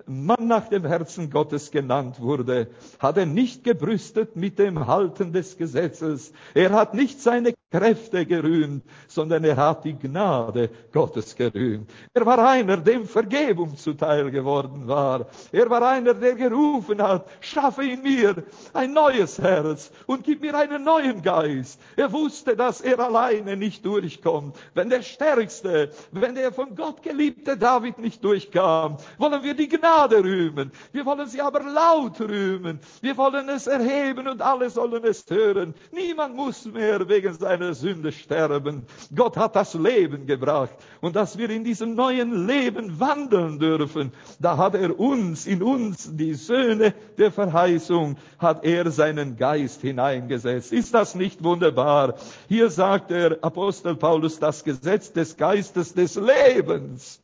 Mann nach dem Herzen Gottes genannt wurde, hat er nicht gebrüstet mit dem Halten des Gesetzes. Er hat nicht seine Kräfte gerühmt, sondern er hat die Gnade Gottes gerühmt. Er war einer, dem Vergebung zuteil geworden war. Er war einer, der gerufen hat, schaffe in mir ein neues Herz und gib mir einen neuen Geist. Er wusste, dass er alleine nicht durchkommt. Wenn der Stärkste, wenn der von Gott geliebte David nicht durchkam, wollen wir die Gnade rühmen. Wir wollen sie aber laut rühmen. Wir wollen es erheben und alle sollen es hören. Niemand muss mehr wegen seiner Sünde sterben. Gott hat das Leben gebracht. Und dass wir in diesem neuen Leben wandeln dürfen, da hat er uns, in uns, die Söhne der Verheißung, hat er seinen Geist hineingesetzt. Ist das nicht wunderbar? Hier sagt der Apostel Paulus, das Gesetz des Geistes des Lebens.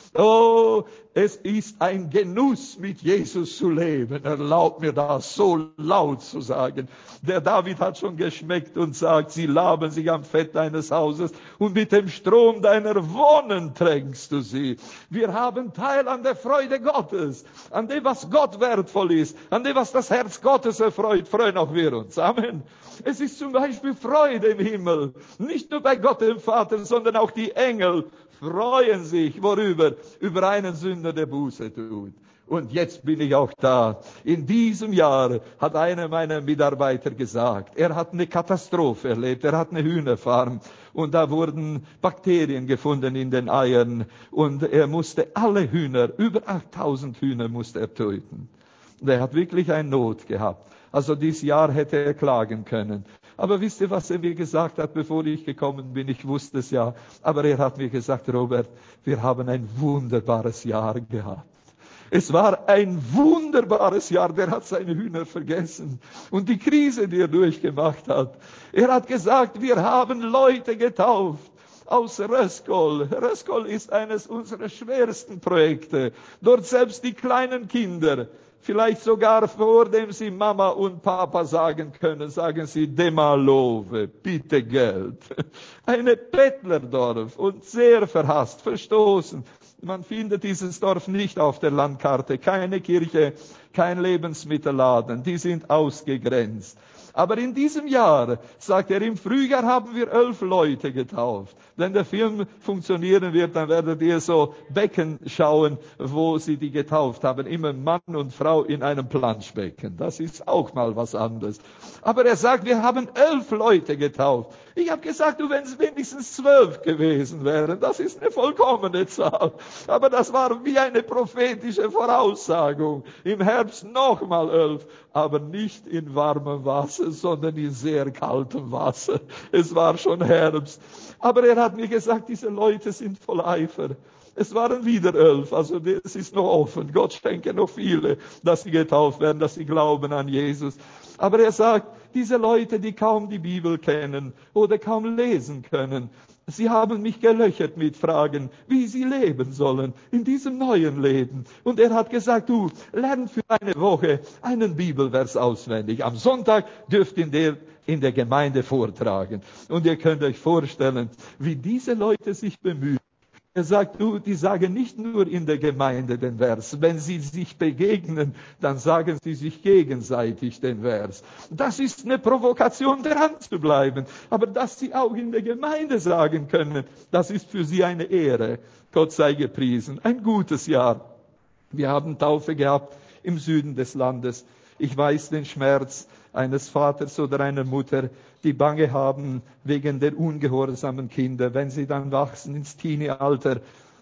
Oh, es ist ein Genuss, mit Jesus zu leben. Erlaubt mir das so laut zu sagen. Der David hat schon geschmeckt und sagt, sie laben sich am Fett deines Hauses und mit dem Strom deiner Wonnen tränkst du sie. Wir haben Teil an der Freude Gottes, an dem, was Gott wertvoll ist, an dem, was das Herz Gottes erfreut, freuen auch wir uns. Amen. Es ist zum Beispiel Freude im Himmel. Nicht nur bei Gott dem Vater, sondern auch die Engel freuen sich, worüber? Über einen Sünder, der Buße tut. Und jetzt bin ich auch da. In diesem Jahr hat einer meiner Mitarbeiter gesagt, er hat eine Katastrophe erlebt, er hat eine Hühnerfarm und da wurden Bakterien gefunden in den Eiern und er musste alle Hühner, über 8000 Hühner musste er töten. Und er hat wirklich eine Not gehabt. Also dieses Jahr hätte er klagen können. Aber wisst ihr, was er mir gesagt hat, bevor ich gekommen bin? Ich wusste es ja. Aber er hat mir gesagt, Robert, wir haben ein wunderbares Jahr gehabt. Es war ein wunderbares Jahr. Der hat seine Hühner vergessen. Und die Krise, die er durchgemacht hat. Er hat gesagt, wir haben Leute getauft aus Röskol. Röskol ist eines unserer schwersten Projekte. Dort selbst die kleinen Kinder, vielleicht sogar vor dem sie Mama und Papa sagen können, sagen sie Demalove, bitte Geld. Eine Bettlerdorf und sehr verhasst, verstoßen. Man findet dieses Dorf nicht auf der Landkarte. Keine Kirche, kein Lebensmittelladen. Die sind ausgegrenzt. Aber in diesem Jahr, sagt er, im Frühjahr haben wir 11 Leute getauft. Wenn der Film funktionieren wird, dann werdet ihr so Becken schauen, wo sie die getauft haben. Immer Mann und Frau in einem Planschbecken. Das ist auch mal was anderes. Aber er sagt, wir haben 11 Leute getauft. Ich habe gesagt, wenn es wenigstens 12 gewesen wären, das ist eine vollkommene Zahl. Aber das war wie eine prophetische Voraussagung. Im Herbst nochmal 11, aber nicht in warmem Wasser, sondern in sehr kaltem Wasser. Es war schon Herbst. Aber er hat mir gesagt, diese Leute sind voll Eifer. Es waren wieder 11, also es ist noch offen. Gott schenke noch viele, dass sie getauft werden, dass sie glauben an Jesus. Aber er sagt, diese Leute, die kaum die Bibel kennen oder kaum lesen können, sie haben mich gelöchert mit Fragen, wie sie leben sollen in diesem neuen Leben. Und er hat gesagt, du, lern für eine Woche einen Bibelvers auswendig. Am Sonntag dürft ihr in der Gemeinde vortragen. Und ihr könnt euch vorstellen, wie diese Leute sich bemühen. Er sagt, du, die sagen nicht nur in der Gemeinde den Vers. Wenn sie sich begegnen, dann sagen sie sich gegenseitig den Vers. Das ist eine Provokation, dran zu bleiben. Aber dass sie auch in der Gemeinde sagen können, das ist für sie eine Ehre. Gott sei gepriesen. Ein gutes Jahr. Wir haben Taufe gehabt im Süden des Landes. Ich weiß den Schmerz eines Vaters oder einer Mutter, die Bange haben wegen der ungehorsamen Kinder, wenn sie dann wachsen ins Teenie-Alter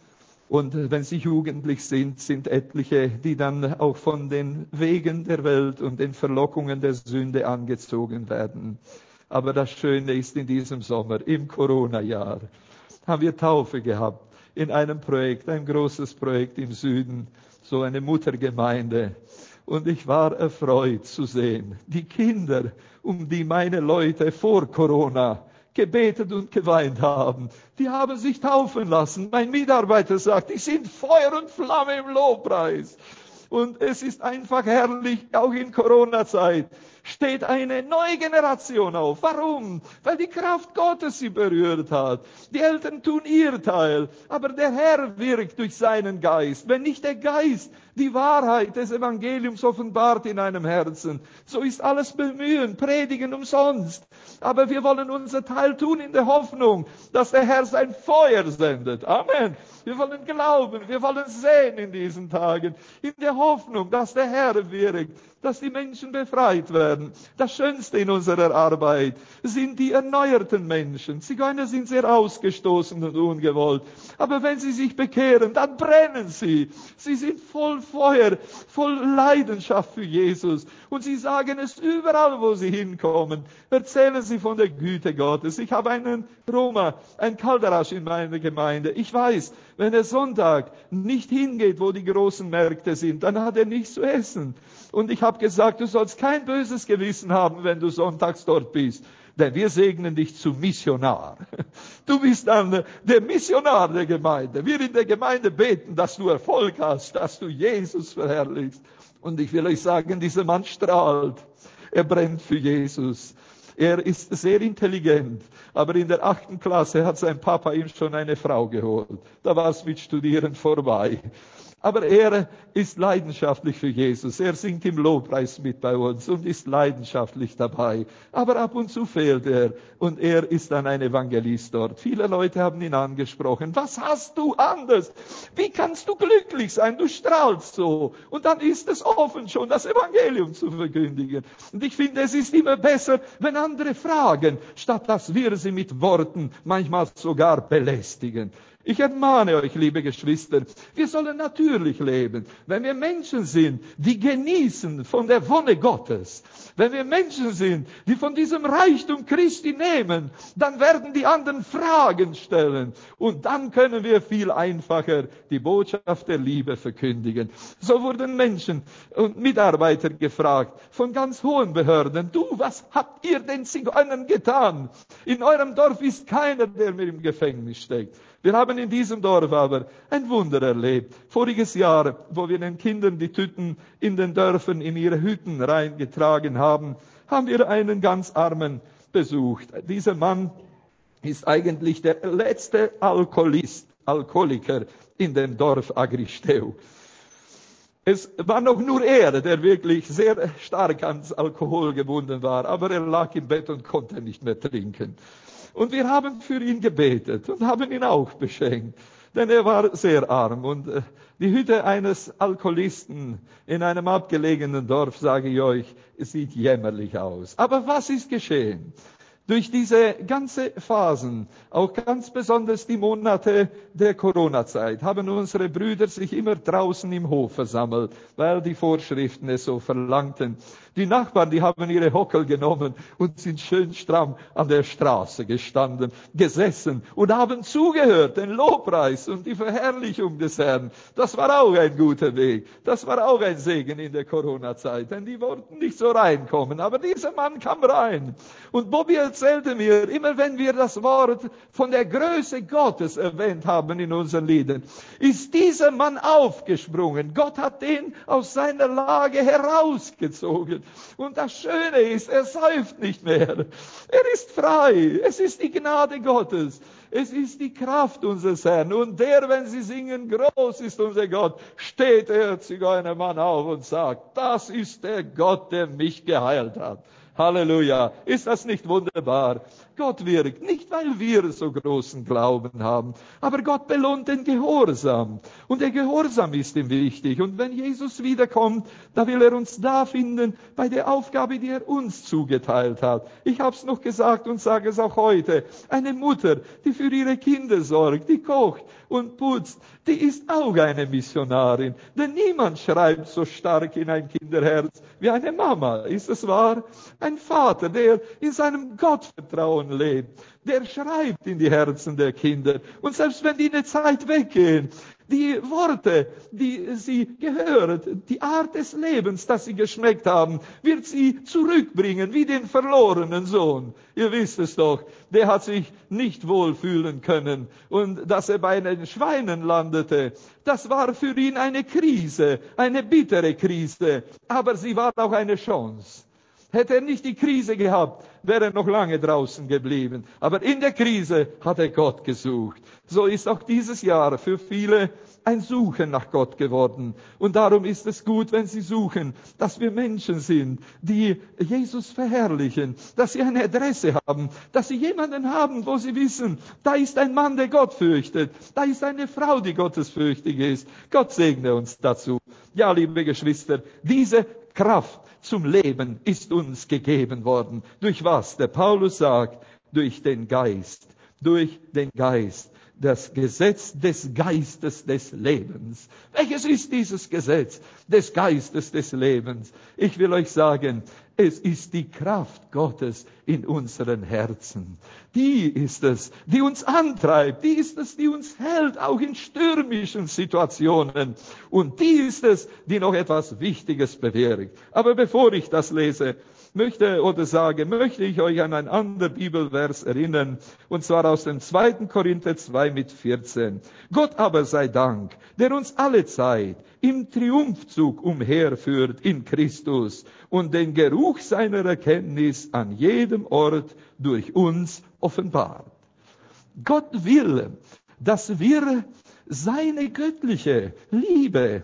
und wenn sie jugendlich sind etliche, die dann auch von den Wegen der Welt und den Verlockungen der Sünde angezogen werden. Aber das Schöne ist in diesem Sommer, im Corona-Jahr, haben wir Taufe gehabt in einem Projekt, ein großes Projekt im Süden, so eine Muttergemeinde. Und ich war erfreut zu sehen, die Kinder, um die meine Leute vor Corona gebetet und geweint haben, die haben sich taufen lassen. Mein Mitarbeiter sagt, die sind Feuer und Flamme im Lobpreis. Und es ist einfach herrlich, auch in Corona-Zeit, steht eine neue Generation auf. Warum? Weil die Kraft Gottes sie berührt hat. Die Eltern tun ihr Teil, aber der Herr wirkt durch seinen Geist. Wenn nicht der Geist die Wahrheit des Evangeliums offenbart in einem Herzen, so ist alles Bemühen, Predigen umsonst. Aber wir wollen unser Teil tun in der Hoffnung, dass der Herr sein Feuer sendet. Amen. Wir wollen glauben, wir wollen sehen in diesen Tagen, in der Hoffnung, dass der Herr wirkt, dass die Menschen befreit werden. Das Schönste in unserer Arbeit sind die erneuerten Menschen. Zigeuner sind sehr ausgestoßen und ungewollt. Aber wenn sie sich bekehren, dann brennen sie. Sie sind voll Feuer, voll Leidenschaft für Jesus. Und sie sagen es überall, wo sie hinkommen. Erzählen sie von der Güte Gottes. Ich habe einen Roma, ein Kalderasch in meiner Gemeinde. Ich weiß, wenn er Sonntag nicht hingeht, wo die großen Märkte sind, dann hat er nichts zu essen. Und ich habe gesagt, du sollst kein böses Gewissen haben, wenn du sonntags dort bist. Denn wir segnen dich zum Missionar. Du bist dann der Missionar der Gemeinde. Wir in der Gemeinde beten, dass du Erfolg hast, dass du Jesus verherrlichst. Und ich will euch sagen, dieser Mann strahlt. Er brennt für Jesus. Er ist sehr intelligent, aber in der 8. Klasse hat sein Papa ihm schon eine Frau geholt. Da war es mit Studieren vorbei. Aber er ist leidenschaftlich für Jesus. Er singt im Lobpreis mit bei uns und ist leidenschaftlich dabei. Aber ab und zu fehlt er und er ist dann ein Evangelist dort. Viele Leute haben ihn angesprochen. Was hast du anders? Wie kannst du glücklich sein? Du strahlst so. Und dann ist es offen, schon das Evangelium zu verkündigen. Und ich finde, es ist immer besser, wenn andere fragen, statt dass wir sie mit Worten manchmal sogar belästigen. Ich ermahne euch, liebe Geschwister, wir sollen natürlich leben. Wenn wir Menschen sind, die genießen von der Wonne Gottes, wenn wir Menschen sind, die von diesem Reichtum Christi nehmen, dann werden die anderen Fragen stellen. Und dann können wir viel einfacher die Botschaft der Liebe verkündigen. So wurden Menschen und Mitarbeiter gefragt von ganz hohen Behörden. Du, was habt ihr den Zigeunern getan? In eurem Dorf ist keiner, der mir im Gefängnis steckt. Wir haben in diesem Dorf aber ein Wunder erlebt. Voriges Jahr, wo wir den Kindern die Tüten in den Dörfern in ihre Hütten reingetragen haben, haben wir einen ganz Armen besucht. Dieser Mann ist eigentlich der letzte Alkoholiker in dem Dorf Agristeu. Es war noch nur er, der wirklich sehr stark ans Alkohol gebunden war, aber er lag im Bett und konnte nicht mehr trinken. Und wir haben für ihn gebetet und haben ihn auch beschenkt, denn er war sehr arm. Und die Hütte eines Alkoholisten in einem abgelegenen Dorf, sage ich euch, sieht jämmerlich aus. Aber was ist geschehen? Durch diese ganze Phasen, auch ganz besonders die Monate der Corona-Zeit, haben unsere Brüder sich immer draußen im Hof versammelt, weil die Vorschriften es so verlangten. Die Nachbarn, die haben ihre Hockel genommen und sind schön stramm an der Straße gestanden, gesessen und haben zugehört, den Lobpreis und die Verherrlichung des Herrn. Das war auch ein guter Weg. Das war auch ein Segen in der Corona-Zeit, denn die wollten nicht so reinkommen. Aber dieser Mann kam rein. Und Bobby erzählte mir, immer wenn wir das Wort von der Größe Gottes erwähnt haben in unseren Liedern, ist dieser Mann aufgesprungen. Gott hat den aus seiner Lage herausgezogen. Und das Schöne ist, er säuft nicht mehr. Er ist frei. Es ist die Gnade Gottes. Es ist die Kraft unseres Herrn. Und der, wenn sie singen, groß ist unser Gott, steht der Zigeunermann auf und sagt, das ist der Gott, der mich geheilt hat. Halleluja. Ist das nicht wunderbar? Gott wirkt, nicht weil wir so großen Glauben haben, aber Gott belohnt den Gehorsam. Und der Gehorsam ist ihm wichtig. Und wenn Jesus wiederkommt, da will er uns da finden, bei der Aufgabe, die er uns zugeteilt hat. Ich habe es noch gesagt und sage es auch heute. Eine Mutter, die für ihre Kinder sorgt, die kocht und putzt, die ist auch eine Missionarin. Denn niemand schreibt so stark in ein Kinderherz wie eine Mama. Ist es wahr? Ein Vater, der in seinem Gottvertrauen lebt, der schreibt in die Herzen der Kinder. Und selbst wenn die eine Zeit weggehen, die Worte, die sie gehört, die Art des Lebens, das sie geschmeckt haben, wird sie zurückbringen, wie den verlorenen Sohn. Ihr wisst es doch, der hat sich nicht wohlfühlen können. Und dass er bei den Schweinen landete, das war für ihn eine Krise, eine bittere Krise. Aber sie war auch eine Chance. Hätte er nicht die Krise gehabt, wäre er noch lange draußen geblieben. Aber in der Krise hat er Gott gesucht. So ist auch dieses Jahr für viele ein Suchen nach Gott geworden. Und darum ist es gut, wenn Sie suchen, dass wir Menschen sind, die Jesus verherrlichen, dass sie eine Adresse haben, dass sie jemanden haben, wo sie wissen, da ist ein Mann, der Gott fürchtet, da ist eine Frau, die gottesfürchtig ist. Gott segne uns dazu. Ja, liebe Geschwister, diese Kraft zum Leben ist uns gegeben worden. Durch was? Der Paulus sagt, durch den Geist. Durch den Geist. Das Gesetz des Geistes des Lebens. Welches ist dieses Gesetz des Geistes des Lebens? Ich will euch sagen, es ist die Kraft Gottes in unseren Herzen. Die ist es, die uns antreibt. Die ist es, die uns hält, auch in stürmischen Situationen. Und die ist es, die noch etwas Wichtiges bewirkt. Aber bevor ich das lese, möchte ich euch an einen anderen Bibelvers erinnern, und zwar aus dem 2. Korinther 2 mit 14. Gott aber sei Dank, der uns alle Zeit im Triumphzug umherführt in Christus und den Geruch seiner Erkenntnis an jedem Ort durch uns offenbart. Gott will, dass wir seine göttliche Liebe,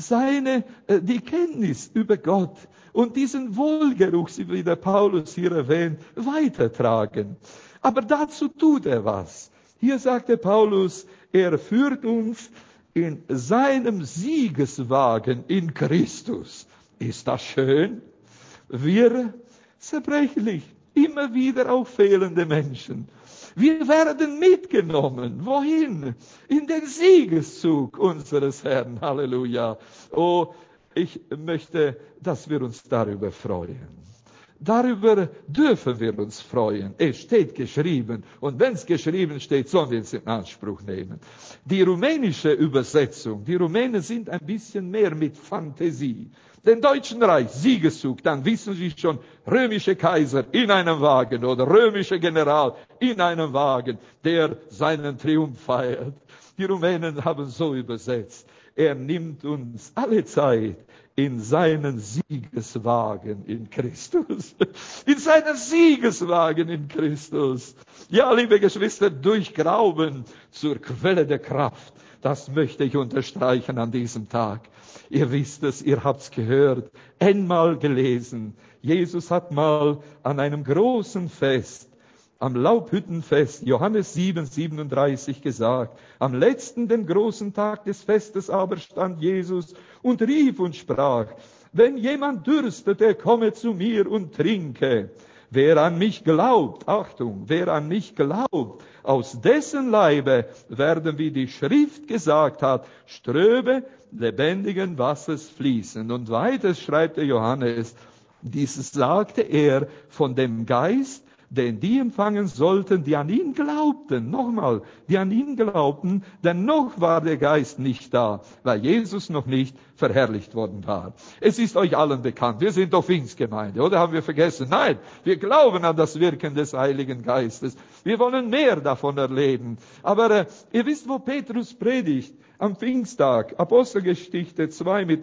die Kenntnis über Gott und diesen Wohlgeruch, wie der Paulus hier erwähnt, weitertragen. Aber dazu tut er was. Hier sagt der Paulus, er führt uns in seinem Siegeswagen in Christus. Ist das schön? Wir zerbrechlich, immer wieder auch fehlende Menschen. Wir werden mitgenommen. Wohin? In den Siegeszug unseres Herrn. Halleluja. Oh, ich möchte, dass wir uns darüber freuen. Darüber dürfen wir uns freuen. Es steht geschrieben. Und wenn es geschrieben steht, sollen wir es in Anspruch nehmen. Die rumänische Übersetzung, die Rumänen sind ein bisschen mehr mit Fantasie. Den Deutschen Reich, Siegeszug, dann wissen Sie schon, römische Kaiser in einem Wagen oder römische General in einem Wagen, der seinen Triumph feiert. Die Rumänen haben so übersetzt. Er nimmt uns alle Zeit in seinen Siegeswagen in Christus. In seinen Siegeswagen in Christus. Ja, liebe Geschwister, durch Glauben zur Quelle der Kraft. Das möchte ich unterstreichen an diesem Tag. Ihr wisst es, ihr habt's gehört, einmal gelesen. Jesus hat mal an einem großen Fest, am Laubhüttenfest, Johannes 7:37 gesagt, am letzten, den großen Tag des Festes aber stand Jesus und rief und sprach, wenn jemand dürstet, der komme zu mir und trinke. Wer an mich glaubt, Achtung, wer an mich glaubt, aus dessen Leibe werden, wie die Schrift gesagt hat, Ströme lebendigen Wassers fließen. Und weiter schreibt der Johannes, dieses sagte er von dem Geist, den die empfangen sollten, die an ihn glaubten. Nochmal, die an ihn glaubten, denn noch war der Geist nicht da, weil Jesus noch nicht verherrlicht worden war. Es ist euch allen bekannt, wir sind doch Pfingstgemeinde, oder haben wir vergessen? Nein, wir glauben an das Wirken des Heiligen Geistes. Wir wollen mehr davon erleben. Aber ihr wisst, wo Petrus predigt, am Pfingsttag, Apostelgeschichte 2 mit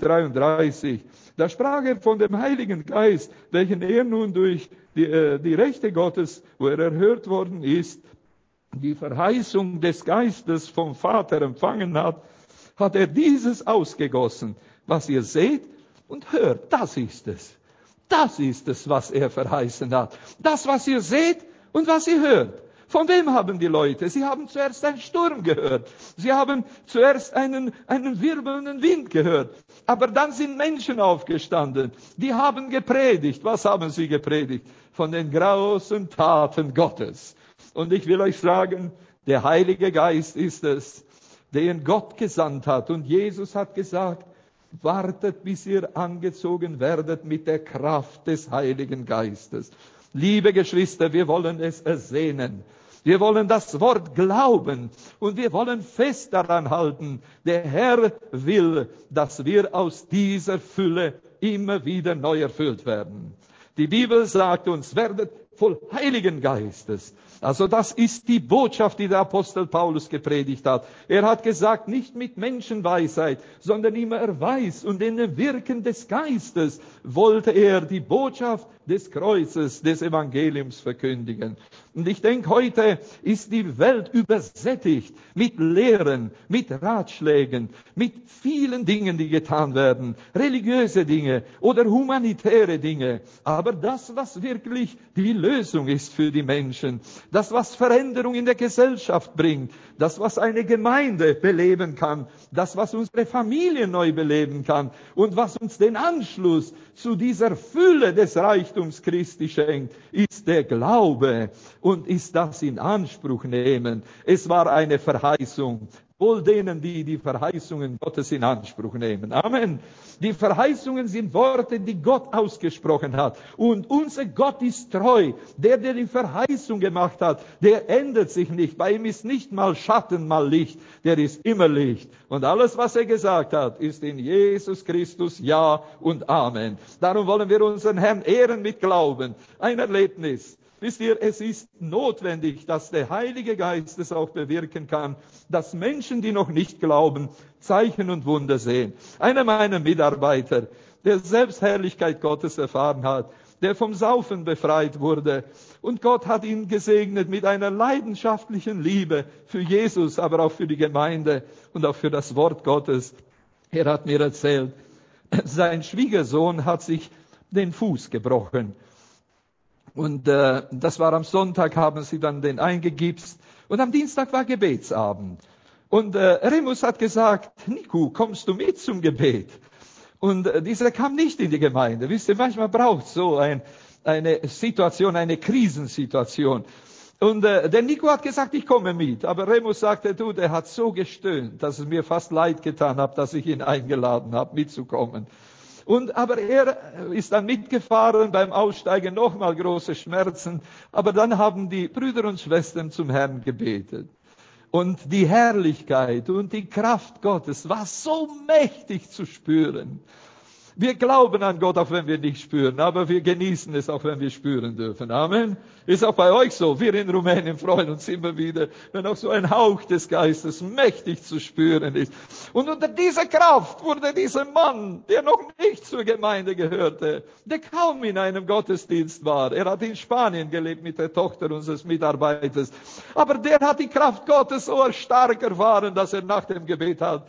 33, da sprach er von dem Heiligen Geist, welchen er nun durch die Rechte Gottes, wo er erhört worden ist, die Verheißung des Geistes vom Vater empfangen hat, hat er dieses ausgegossen. Was ihr seht und hört, das ist es. Das ist es, was er verheißen hat. Das, was ihr seht und was ihr hört. Von wem haben die Leute? Sie haben zuerst einen Sturm gehört. Sie haben zuerst einen wirbelnden Wind gehört. Aber dann sind Menschen aufgestanden. Die haben gepredigt. Was haben sie gepredigt? Von den großen Taten Gottes. Und ich will euch sagen, der Heilige Geist ist es, den Gott gesandt hat. Und Jesus hat gesagt, wartet, bis ihr angezogen werdet mit der Kraft des Heiligen Geistes. Liebe Geschwister, wir wollen es ersehnen. Wir wollen das Wort glauben und wir wollen fest daran halten. Der Herr will, dass wir aus dieser Fülle immer wieder neu erfüllt werden. Die Bibel sagt uns, werdet voll Heiligen Geistes. Also das ist die Botschaft, die der Apostel Paulus gepredigt hat. Er hat gesagt, nicht mit Menschenweisheit, sondern immer er weiß und in dem Wirken des Geistes wollte er die Botschaft des Kreuzes, des Evangeliums verkündigen. Und ich denke, heute ist die Welt übersättigt mit Lehren, mit Ratschlägen, mit vielen Dingen, die getan werden, religiöse Dinge oder humanitäre Dinge. Aber das, was wirklich die Lösung ist für die Menschen, das, was Veränderung in der Gesellschaft bringt, das, was eine Gemeinde beleben kann, das, was unsere Familie neu beleben kann und was uns den Anschluss zu dieser Fülle des Reichtums Christi schenkt, ist der Glaube und ist das in Anspruch nehmen. Es war eine Verheißung. Wohl denen, die die Verheißungen Gottes in Anspruch nehmen. Amen. Die Verheißungen sind Worte, die Gott ausgesprochen hat. Und unser Gott ist treu. Der die Verheißung gemacht hat, der ändert sich nicht. Bei ihm ist nicht mal Schatten, mal Licht. Der ist immer Licht. Und alles, was er gesagt hat, ist in Jesus Christus Ja und Amen. Darum wollen wir unseren Herrn ehren mit Glauben. Ein Erlebnis. Wisst ihr, es ist notwendig, dass der Heilige Geist es auch bewirken kann, dass Menschen, die noch nicht glauben, Zeichen und Wunder sehen. Einer meiner Mitarbeiter, der selbst Herrlichkeit Gottes erfahren hat, der vom Saufen befreit wurde. Und Gott hat ihn gesegnet mit einer leidenschaftlichen Liebe für Jesus, aber auch für die Gemeinde und auch für das Wort Gottes. Er hat mir erzählt, sein Schwiegersohn hat sich den Fuß gebrochen. Und das war am Sonntag, haben sie dann den eingegipst. Und am Dienstag war Gebetsabend. Und Remus hat gesagt, Nico, kommst du mit zum Gebet? Und dieser kam nicht in die Gemeinde. Wisst ihr, manchmal braucht es so eine Situation, eine Krisensituation. Und der Nico hat gesagt, ich komme mit. Aber Remus sagte, du, der hat so gestöhnt, dass es mir fast leid getan hat, dass ich ihn eingeladen habe, mitzukommen. Aber er ist dann mitgefahren, beim Aussteigen nochmal große Schmerzen. Aber dann haben die Brüder und Schwestern zum Herrn gebetet. Und die Herrlichkeit und die Kraft Gottes war so mächtig zu spüren. Wir glauben an Gott, auch wenn wir nicht spüren, aber wir genießen es, auch wenn wir spüren dürfen. Amen. Ist auch bei euch so. Wir in Rumänien freuen uns immer wieder, wenn auch so ein Hauch des Geistes mächtig zu spüren ist. Und unter dieser Kraft wurde dieser Mann, der noch nicht zur Gemeinde gehörte, der kaum in einem Gottesdienst war. Er hat in Spanien gelebt mit der Tochter unseres Mitarbeiters. Aber der hat die Kraft Gottes so stark erfahren, dass er nach dem Gebet hat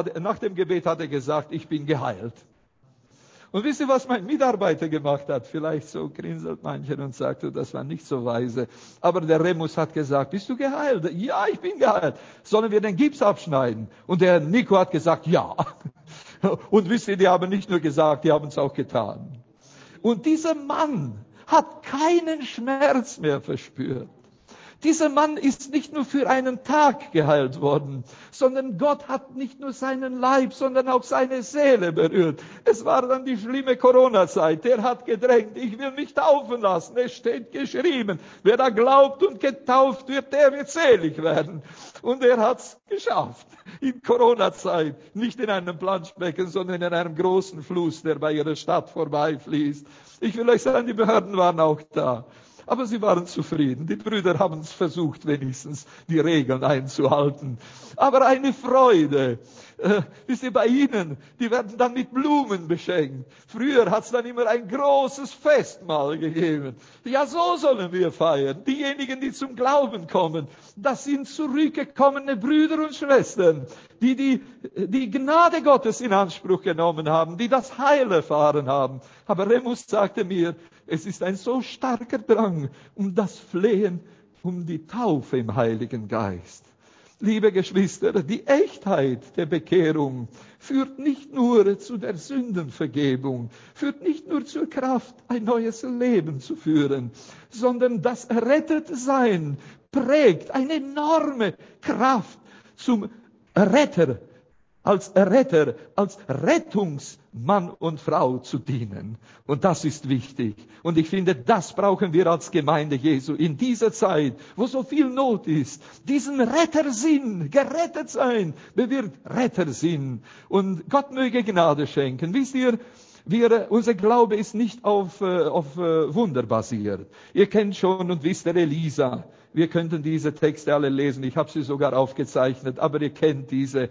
er gesagt, ich bin geheilt. Und wisst ihr, was mein Mitarbeiter gemacht hat? Vielleicht so grinselt mancher und sagt, das war nicht so weise. Aber der Remus hat gesagt, bist du geheilt? Ja, ich bin geheilt. Sollen wir den Gips abschneiden? Und der Nico hat gesagt, ja. Und wisst ihr, die haben nicht nur gesagt, die haben es auch getan. Und dieser Mann hat keinen Schmerz mehr verspürt. Dieser Mann ist nicht nur für einen Tag geheilt worden, sondern Gott hat nicht nur seinen Leib, sondern auch seine Seele berührt. Es war dann die schlimme Corona-Zeit. Der hat gedrängt, ich will mich taufen lassen. Es steht geschrieben, wer da glaubt und getauft wird, der wird selig werden. Und er hat's geschafft. In Corona-Zeit. Nicht in einem Planschbecken, sondern in einem großen Fluss, der bei ihrer Stadt vorbeifließt. Ich will euch sagen, die Behörden waren auch da. Aber sie waren zufrieden. Die Brüder haben es versucht, wenigstens die Regeln einzuhalten. Aber eine Freude. Wisst ihr, bei ihnen, die werden dann mit Blumen beschenkt. Früher hat es dann immer ein großes Festmahl gegeben. Ja, so sollen wir feiern. Diejenigen, die zum Glauben kommen, das sind zurückgekommene Brüder und Schwestern, die Gnade Gottes in Anspruch genommen haben, die das Heil erfahren haben. Aber Remus sagte mir, es ist ein so starker Drang um das Flehen, um die Taufe im Heiligen Geist. Liebe Geschwister, die Echtheit der Bekehrung führt nicht nur zu der Sündenvergebung, führt nicht nur zur Kraft, ein neues Leben zu führen, sondern das Errettetsein prägt eine enorme Kraft zum Retter, als Rettungsmann und Frau zu dienen. Und das ist wichtig. Und ich finde, das brauchen wir als Gemeinde Jesu in dieser Zeit, wo so viel Not ist. Diesen Rettersinn, gerettet sein, bewirkt Rettersinn. Und Gott möge Gnade schenken. Wisst ihr, unser Glaube ist nicht auf Wunder basiert. Ihr kennt schon und wisst der Elisa. Wir könnten diese Texte alle lesen. Ich habe sie sogar aufgezeichnet. Aber ihr kennt diese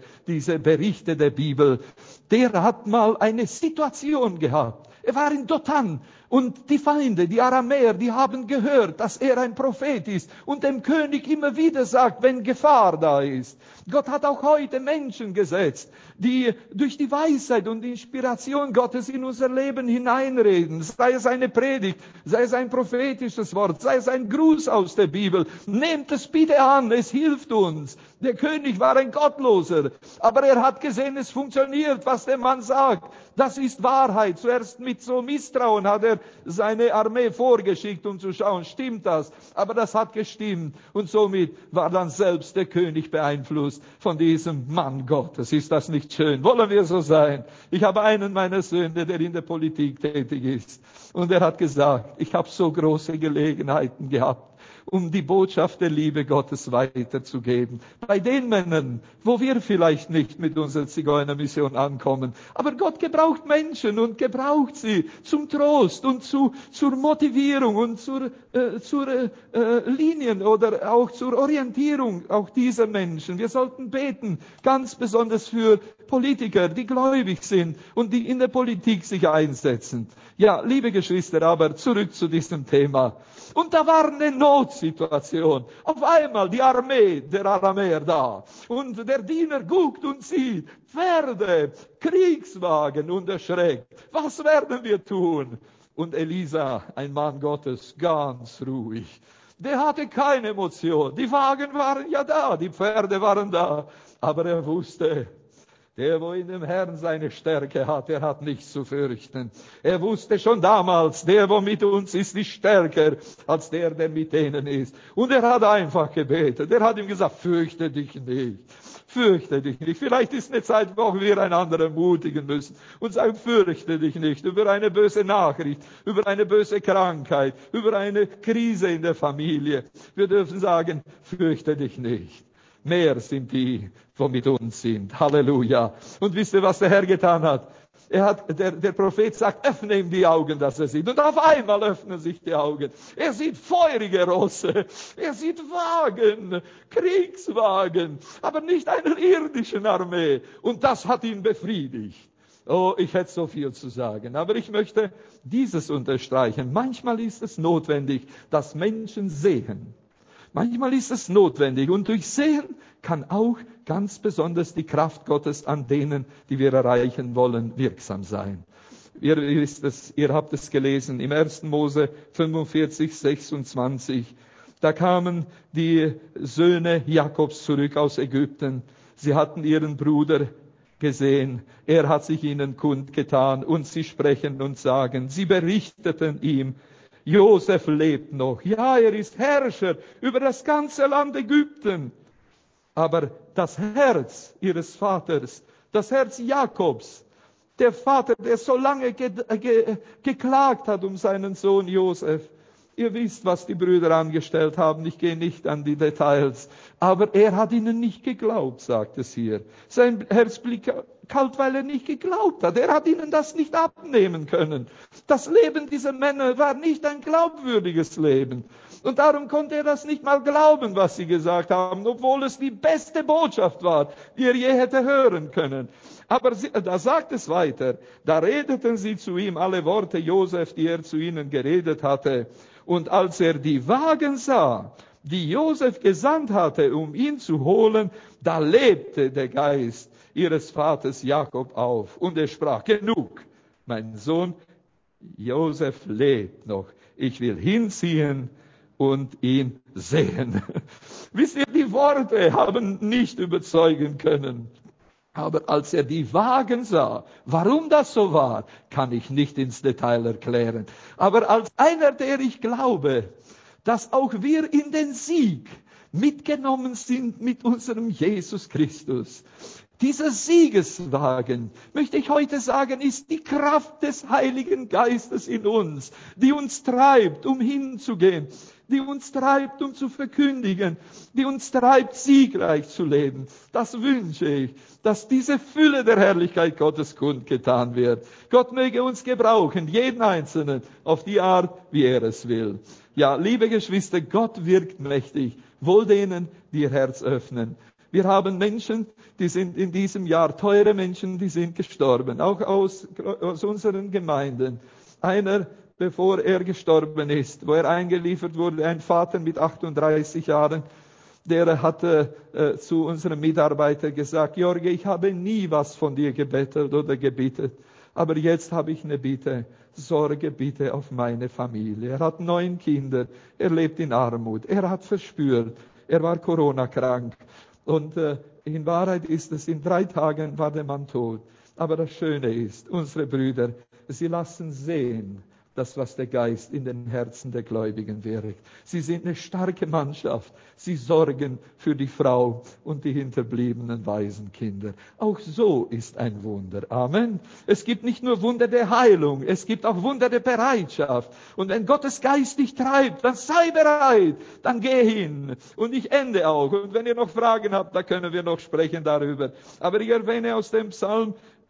Berichte der Bibel. Der hat mal eine Situation gehabt. Er war in Dothan Und die Feinde, die Aramäer, die haben gehört, dass er ein Prophet ist und dem König immer wieder sagt, wenn Gefahr da ist. Gott hat auch heute Menschen gesetzt, die durch die Weisheit und die Inspiration Gottes in unser Leben hineinreden. Sei es eine Predigt, sei es ein prophetisches Wort, sei es ein Gruß aus der Bibel. Nehmt es bitte an, es hilft uns. Der König war ein Gottloser, aber er hat gesehen, es funktioniert, was der Mann sagt. Das ist Wahrheit. Zuerst mit so Misstrauen hat er seine Armee vorgeschickt, um zu schauen, stimmt das? Aber das hat gestimmt. Und somit war dann selbst der König beeinflusst von diesem Mann Gottes. Ist das nicht schön? Wollen wir so sein? Ich habe einen meiner Söhne, der in der Politik tätig ist. Und er hat gesagt, ich habe so große Gelegenheiten gehabt, um die Botschaft der Liebe Gottes weiterzugeben. Bei den Männern, wo wir vielleicht nicht mit unserer Zigeunermission ankommen. Aber Gott gebraucht Menschen und gebraucht sie zum Trost und zur Motivierung und zur Linien oder auch zur Orientierung auch dieser Menschen. Wir sollten beten, ganz besonders für Politiker, die gläubig sind und die in der Politik sich einsetzen. Ja, liebe Geschwister, aber zurück zu diesem Thema. Und da war eine Notsituation. Auf einmal die Armee der Aramäer da. Und der Diener guckt und sieht Pferde, Kriegswagen und erschreckt. Was werden wir tun? Und Elisa, ein Mann Gottes, ganz ruhig. Der hatte keine Emotion. Die Wagen waren ja da, die Pferde waren da. Aber er wusste, der, wo in dem Herrn seine Stärke hat, der hat nichts zu fürchten. Er wusste schon damals, der, wo mit uns ist, ist stärker als der mit denen ist. Und er hat einfach gebetet. Er hat ihm gesagt, fürchte dich nicht. Fürchte dich nicht. Vielleicht ist eine Zeit, wo wir einander ermutigen müssen und sagen, fürchte dich nicht über eine böse Nachricht, über eine böse Krankheit, über eine Krise in der Familie. Wir dürfen sagen, fürchte dich nicht. Mehr sind die, wo mit uns sind. Halleluja. Und wisst ihr, was der Herr getan hat? Der Prophet sagt, öffne ihm die Augen, dass er sieht. Und auf einmal öffnen sich die Augen. Er sieht feurige Rosse. Er sieht Wagen, Kriegswagen, aber nicht einer irdischen Armee. Und das hat ihn befriedigt. Oh, ich hätte so viel zu sagen. Aber ich möchte dieses unterstreichen. Manchmal ist es notwendig, dass Menschen sehen. Manchmal ist es notwendig und durch Sehen kann auch ganz besonders die Kraft Gottes an denen, die wir erreichen wollen, wirksam sein. Ihr wisst es, ihr habt es gelesen im 1. Mose 45, 26. Da kamen die Söhne Jakobs zurück aus Ägypten. Sie hatten ihren Bruder gesehen. Er hat sich ihnen kundgetan und sie sprechen und sagen, sie berichteten ihm, Josef lebt noch. Ja, er ist Herrscher über das ganze Land Ägypten. Aber das Herz ihres Vaters, das Herz Jakobs, der Vater, der so lange geklagt hat um seinen Sohn Josef. Ihr wisst, was die Brüder angestellt haben. Ich gehe nicht an die Details. Aber er hat ihnen nicht geglaubt, sagt es hier. Sein Herz blieb kalt, weil er nicht geglaubt hat. Er hat ihnen das nicht abnehmen können. Das Leben dieser Männer war nicht ein glaubwürdiges Leben. Und darum konnte er das nicht mal glauben, was sie gesagt haben, obwohl es die beste Botschaft war, die er je hätte hören können. Aber da sagt es weiter, da redeten sie zu ihm alle Worte Josef, die er zu ihnen geredet hatte. Und als er die Wagen sah, die Josef gesandt hatte, um ihn zu holen, da lebte der Geist ihres Vaters Jakob auf. Und er sprach, genug, mein Sohn Josef lebt noch. Ich will hinziehen und ihn sehen. Wisst ihr, die Worte haben nicht überzeugen können. Aber als er die Wagen sah, warum das so war, kann ich nicht ins Detail erklären. Aber als einer, der ich glaube, dass auch wir in den Sieg mitgenommen sind mit unserem Jesus Christus. Dieser Siegeswagen, möchte ich heute sagen, ist die Kraft des Heiligen Geistes in uns, die uns treibt, um hinzugehen, die uns treibt, um zu verkündigen, die uns treibt, siegreich zu leben. Das wünsche ich, dass diese Fülle der Herrlichkeit Gottes kundgetan wird. Gott möge uns gebrauchen, jeden Einzelnen, auf die Art, wie er es will. Ja, liebe Geschwister, Gott wirkt mächtig, wohl denen, die ihr Herz öffnen. Wir haben Menschen, die sind in diesem Jahr, teure Menschen, die sind gestorben, auch aus unseren Gemeinden. Einer, bevor er gestorben ist, wo er eingeliefert wurde, ein Vater mit 38 Jahren, der hatte zu unserem Mitarbeiter gesagt, Jorge, ich habe nie was von dir gebettelt oder gebittet, aber jetzt habe ich eine Bitte. Sorge bitte auf meine Familie. Er hat 9 Kinder, er lebt in Armut, er hat verspürt, er war Corona-krank. Und in Wahrheit ist es, in 3 Tagen war der Mann tot. Aber das Schöne ist, unsere Brüder, sie lassen sehen, das, was der Geist in den Herzen der Gläubigen wirkt. Sie sind eine starke Mannschaft. Sie sorgen für die Frau und die hinterbliebenen Waisenkinder. Auch so ist ein Wunder. Amen. Es gibt nicht nur Wunder der Heilung, es gibt auch Wunder der Bereitschaft. Und wenn Gottes Geist dich treibt, dann sei bereit, dann geh hin. Und ich ende auch. Und wenn ihr noch Fragen habt, da können wir noch sprechen darüber. Aber ich erwähne aus dem Psalm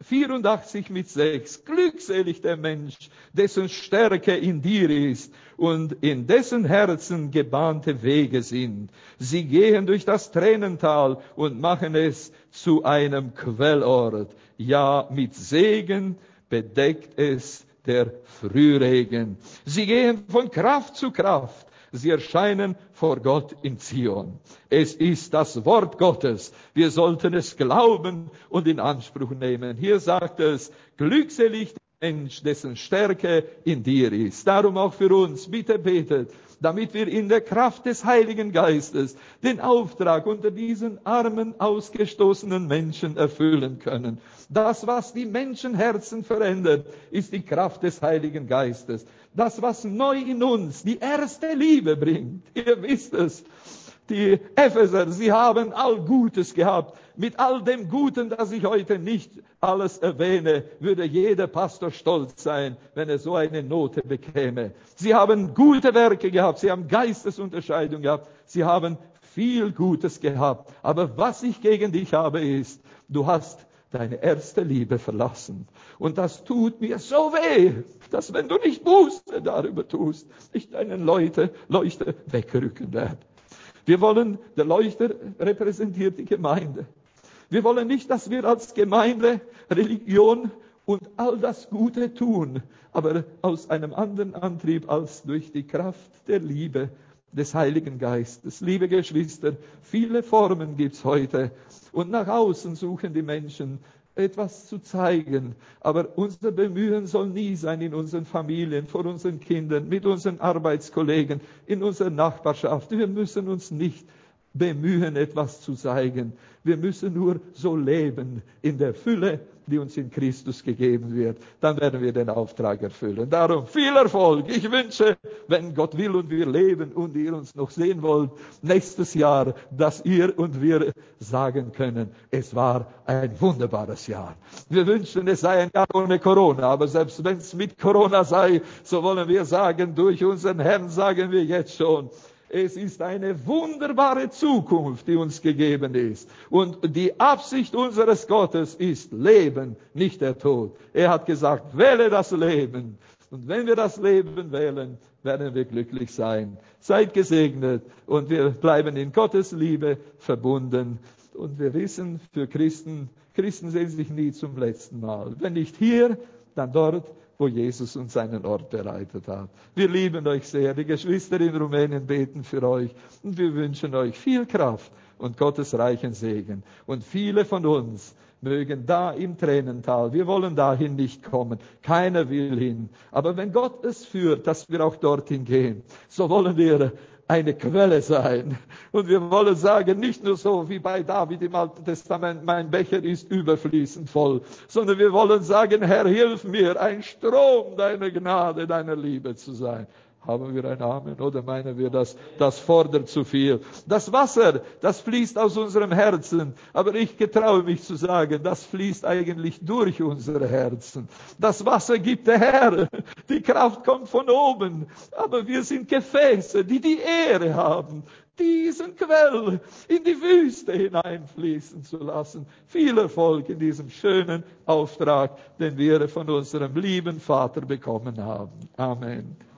84 mit 6. Glückselig der Mensch, dessen Stärke in dir ist und in dessen Herzen gebahnte Wege sind. Sie gehen durch das Tränental und machen es zu einem Quellort. Ja, mit Segen bedeckt es der Frühregen. Sie gehen von Kraft zu Kraft. Sie erscheinen vor Gott in Zion. Es ist das Wort Gottes. Wir sollten es glauben und in Anspruch nehmen. Hier sagt es, glückselig der Mensch, dessen Stärke in dir ist. Darum auch für uns, bitte betet, damit wir in der Kraft des Heiligen Geistes den Auftrag unter diesen armen, ausgestoßenen Menschen erfüllen können. Das, was die Menschenherzen verändert, ist die Kraft des Heiligen Geistes. Das, was neu in uns die erste Liebe bringt. Ihr wisst es. Die Epheser, sie haben all Gutes gehabt. Mit all dem Guten, das ich heute nicht alles erwähne, würde jeder Pastor stolz sein, wenn er so eine Note bekäme. Sie haben gute Werke gehabt, sie haben Geistesunterscheidung gehabt, sie haben viel Gutes gehabt. Aber was ich gegen dich habe, ist, du hast deine erste Liebe verlassen. Und das tut mir so weh, dass wenn du nicht Buße darüber tust, ich deinen Leuchter wegrücken werde. Wir wollen, der Leuchter repräsentiert die Gemeinde. Wir wollen nicht, dass wir als Gemeinde Religion und all das Gute tun, aber aus einem anderen Antrieb als durch die Kraft der Liebe des Heiligen Geistes. Liebe Geschwister, viele Formen gibt's heute und nach außen suchen die Menschen etwas zu zeigen. Aber unser Bemühen soll nie sein in unseren Familien, vor unseren Kindern, mit unseren Arbeitskollegen, in unserer Nachbarschaft. Wir müssen uns nicht bemühen, etwas zu zeigen. Wir müssen nur so leben in der Fülle, die uns in Christus gegeben wird. Dann werden wir den Auftrag erfüllen. Darum viel Erfolg. Ich wünsche, wenn Gott will und wir leben und ihr uns noch sehen wollt, nächstes Jahr, dass ihr und wir sagen können, es war ein wunderbares Jahr. Wir wünschen, es sei ein Jahr ohne Corona, aber selbst wenn es mit Corona sei, so wollen wir sagen, durch unseren Herrn sagen wir jetzt schon, es ist eine wunderbare Zukunft, die uns gegeben ist. Und die Absicht unseres Gottes ist Leben, nicht der Tod. Er hat gesagt, wähle das Leben. Und wenn wir das Leben wählen, werden wir glücklich sein. Seid gesegnet und wir bleiben in Gottes Liebe verbunden. Und wir wissen, für Christen sehen sich nie zum letzten Mal. Wenn nicht hier, dann dort, wo Jesus uns einen Ort bereitet hat. Wir lieben euch sehr. Die Geschwister in Rumänien beten für euch. Und wir wünschen euch viel Kraft und Gottes reichen Segen. Und viele von uns mögen da im Tränental, wir wollen dahin nicht kommen. Keiner will hin. Aber wenn Gott es führt, dass wir auch dorthin gehen, so wollen wir eine Quelle sein. Und wir wollen sagen, nicht nur so wie bei David im Alten Testament, mein Becher ist überfließend voll, sondern wir wollen sagen, Herr, hilf mir, ein Strom deiner Gnade, deiner Liebe zu sein. Haben wir ein Amen oder meinen wir, das fordert zu viel? Das Wasser, das fließt aus unserem Herzen, aber ich getraue mich zu sagen, das fließt eigentlich durch unsere Herzen. Das Wasser gibt der Herr, die Kraft kommt von oben, aber wir sind Gefäße, die die Ehre haben, diesen Quell in die Wüste hineinfließen zu lassen. Viel Erfolg in diesem schönen Auftrag, den wir von unserem lieben Vater bekommen haben. Amen.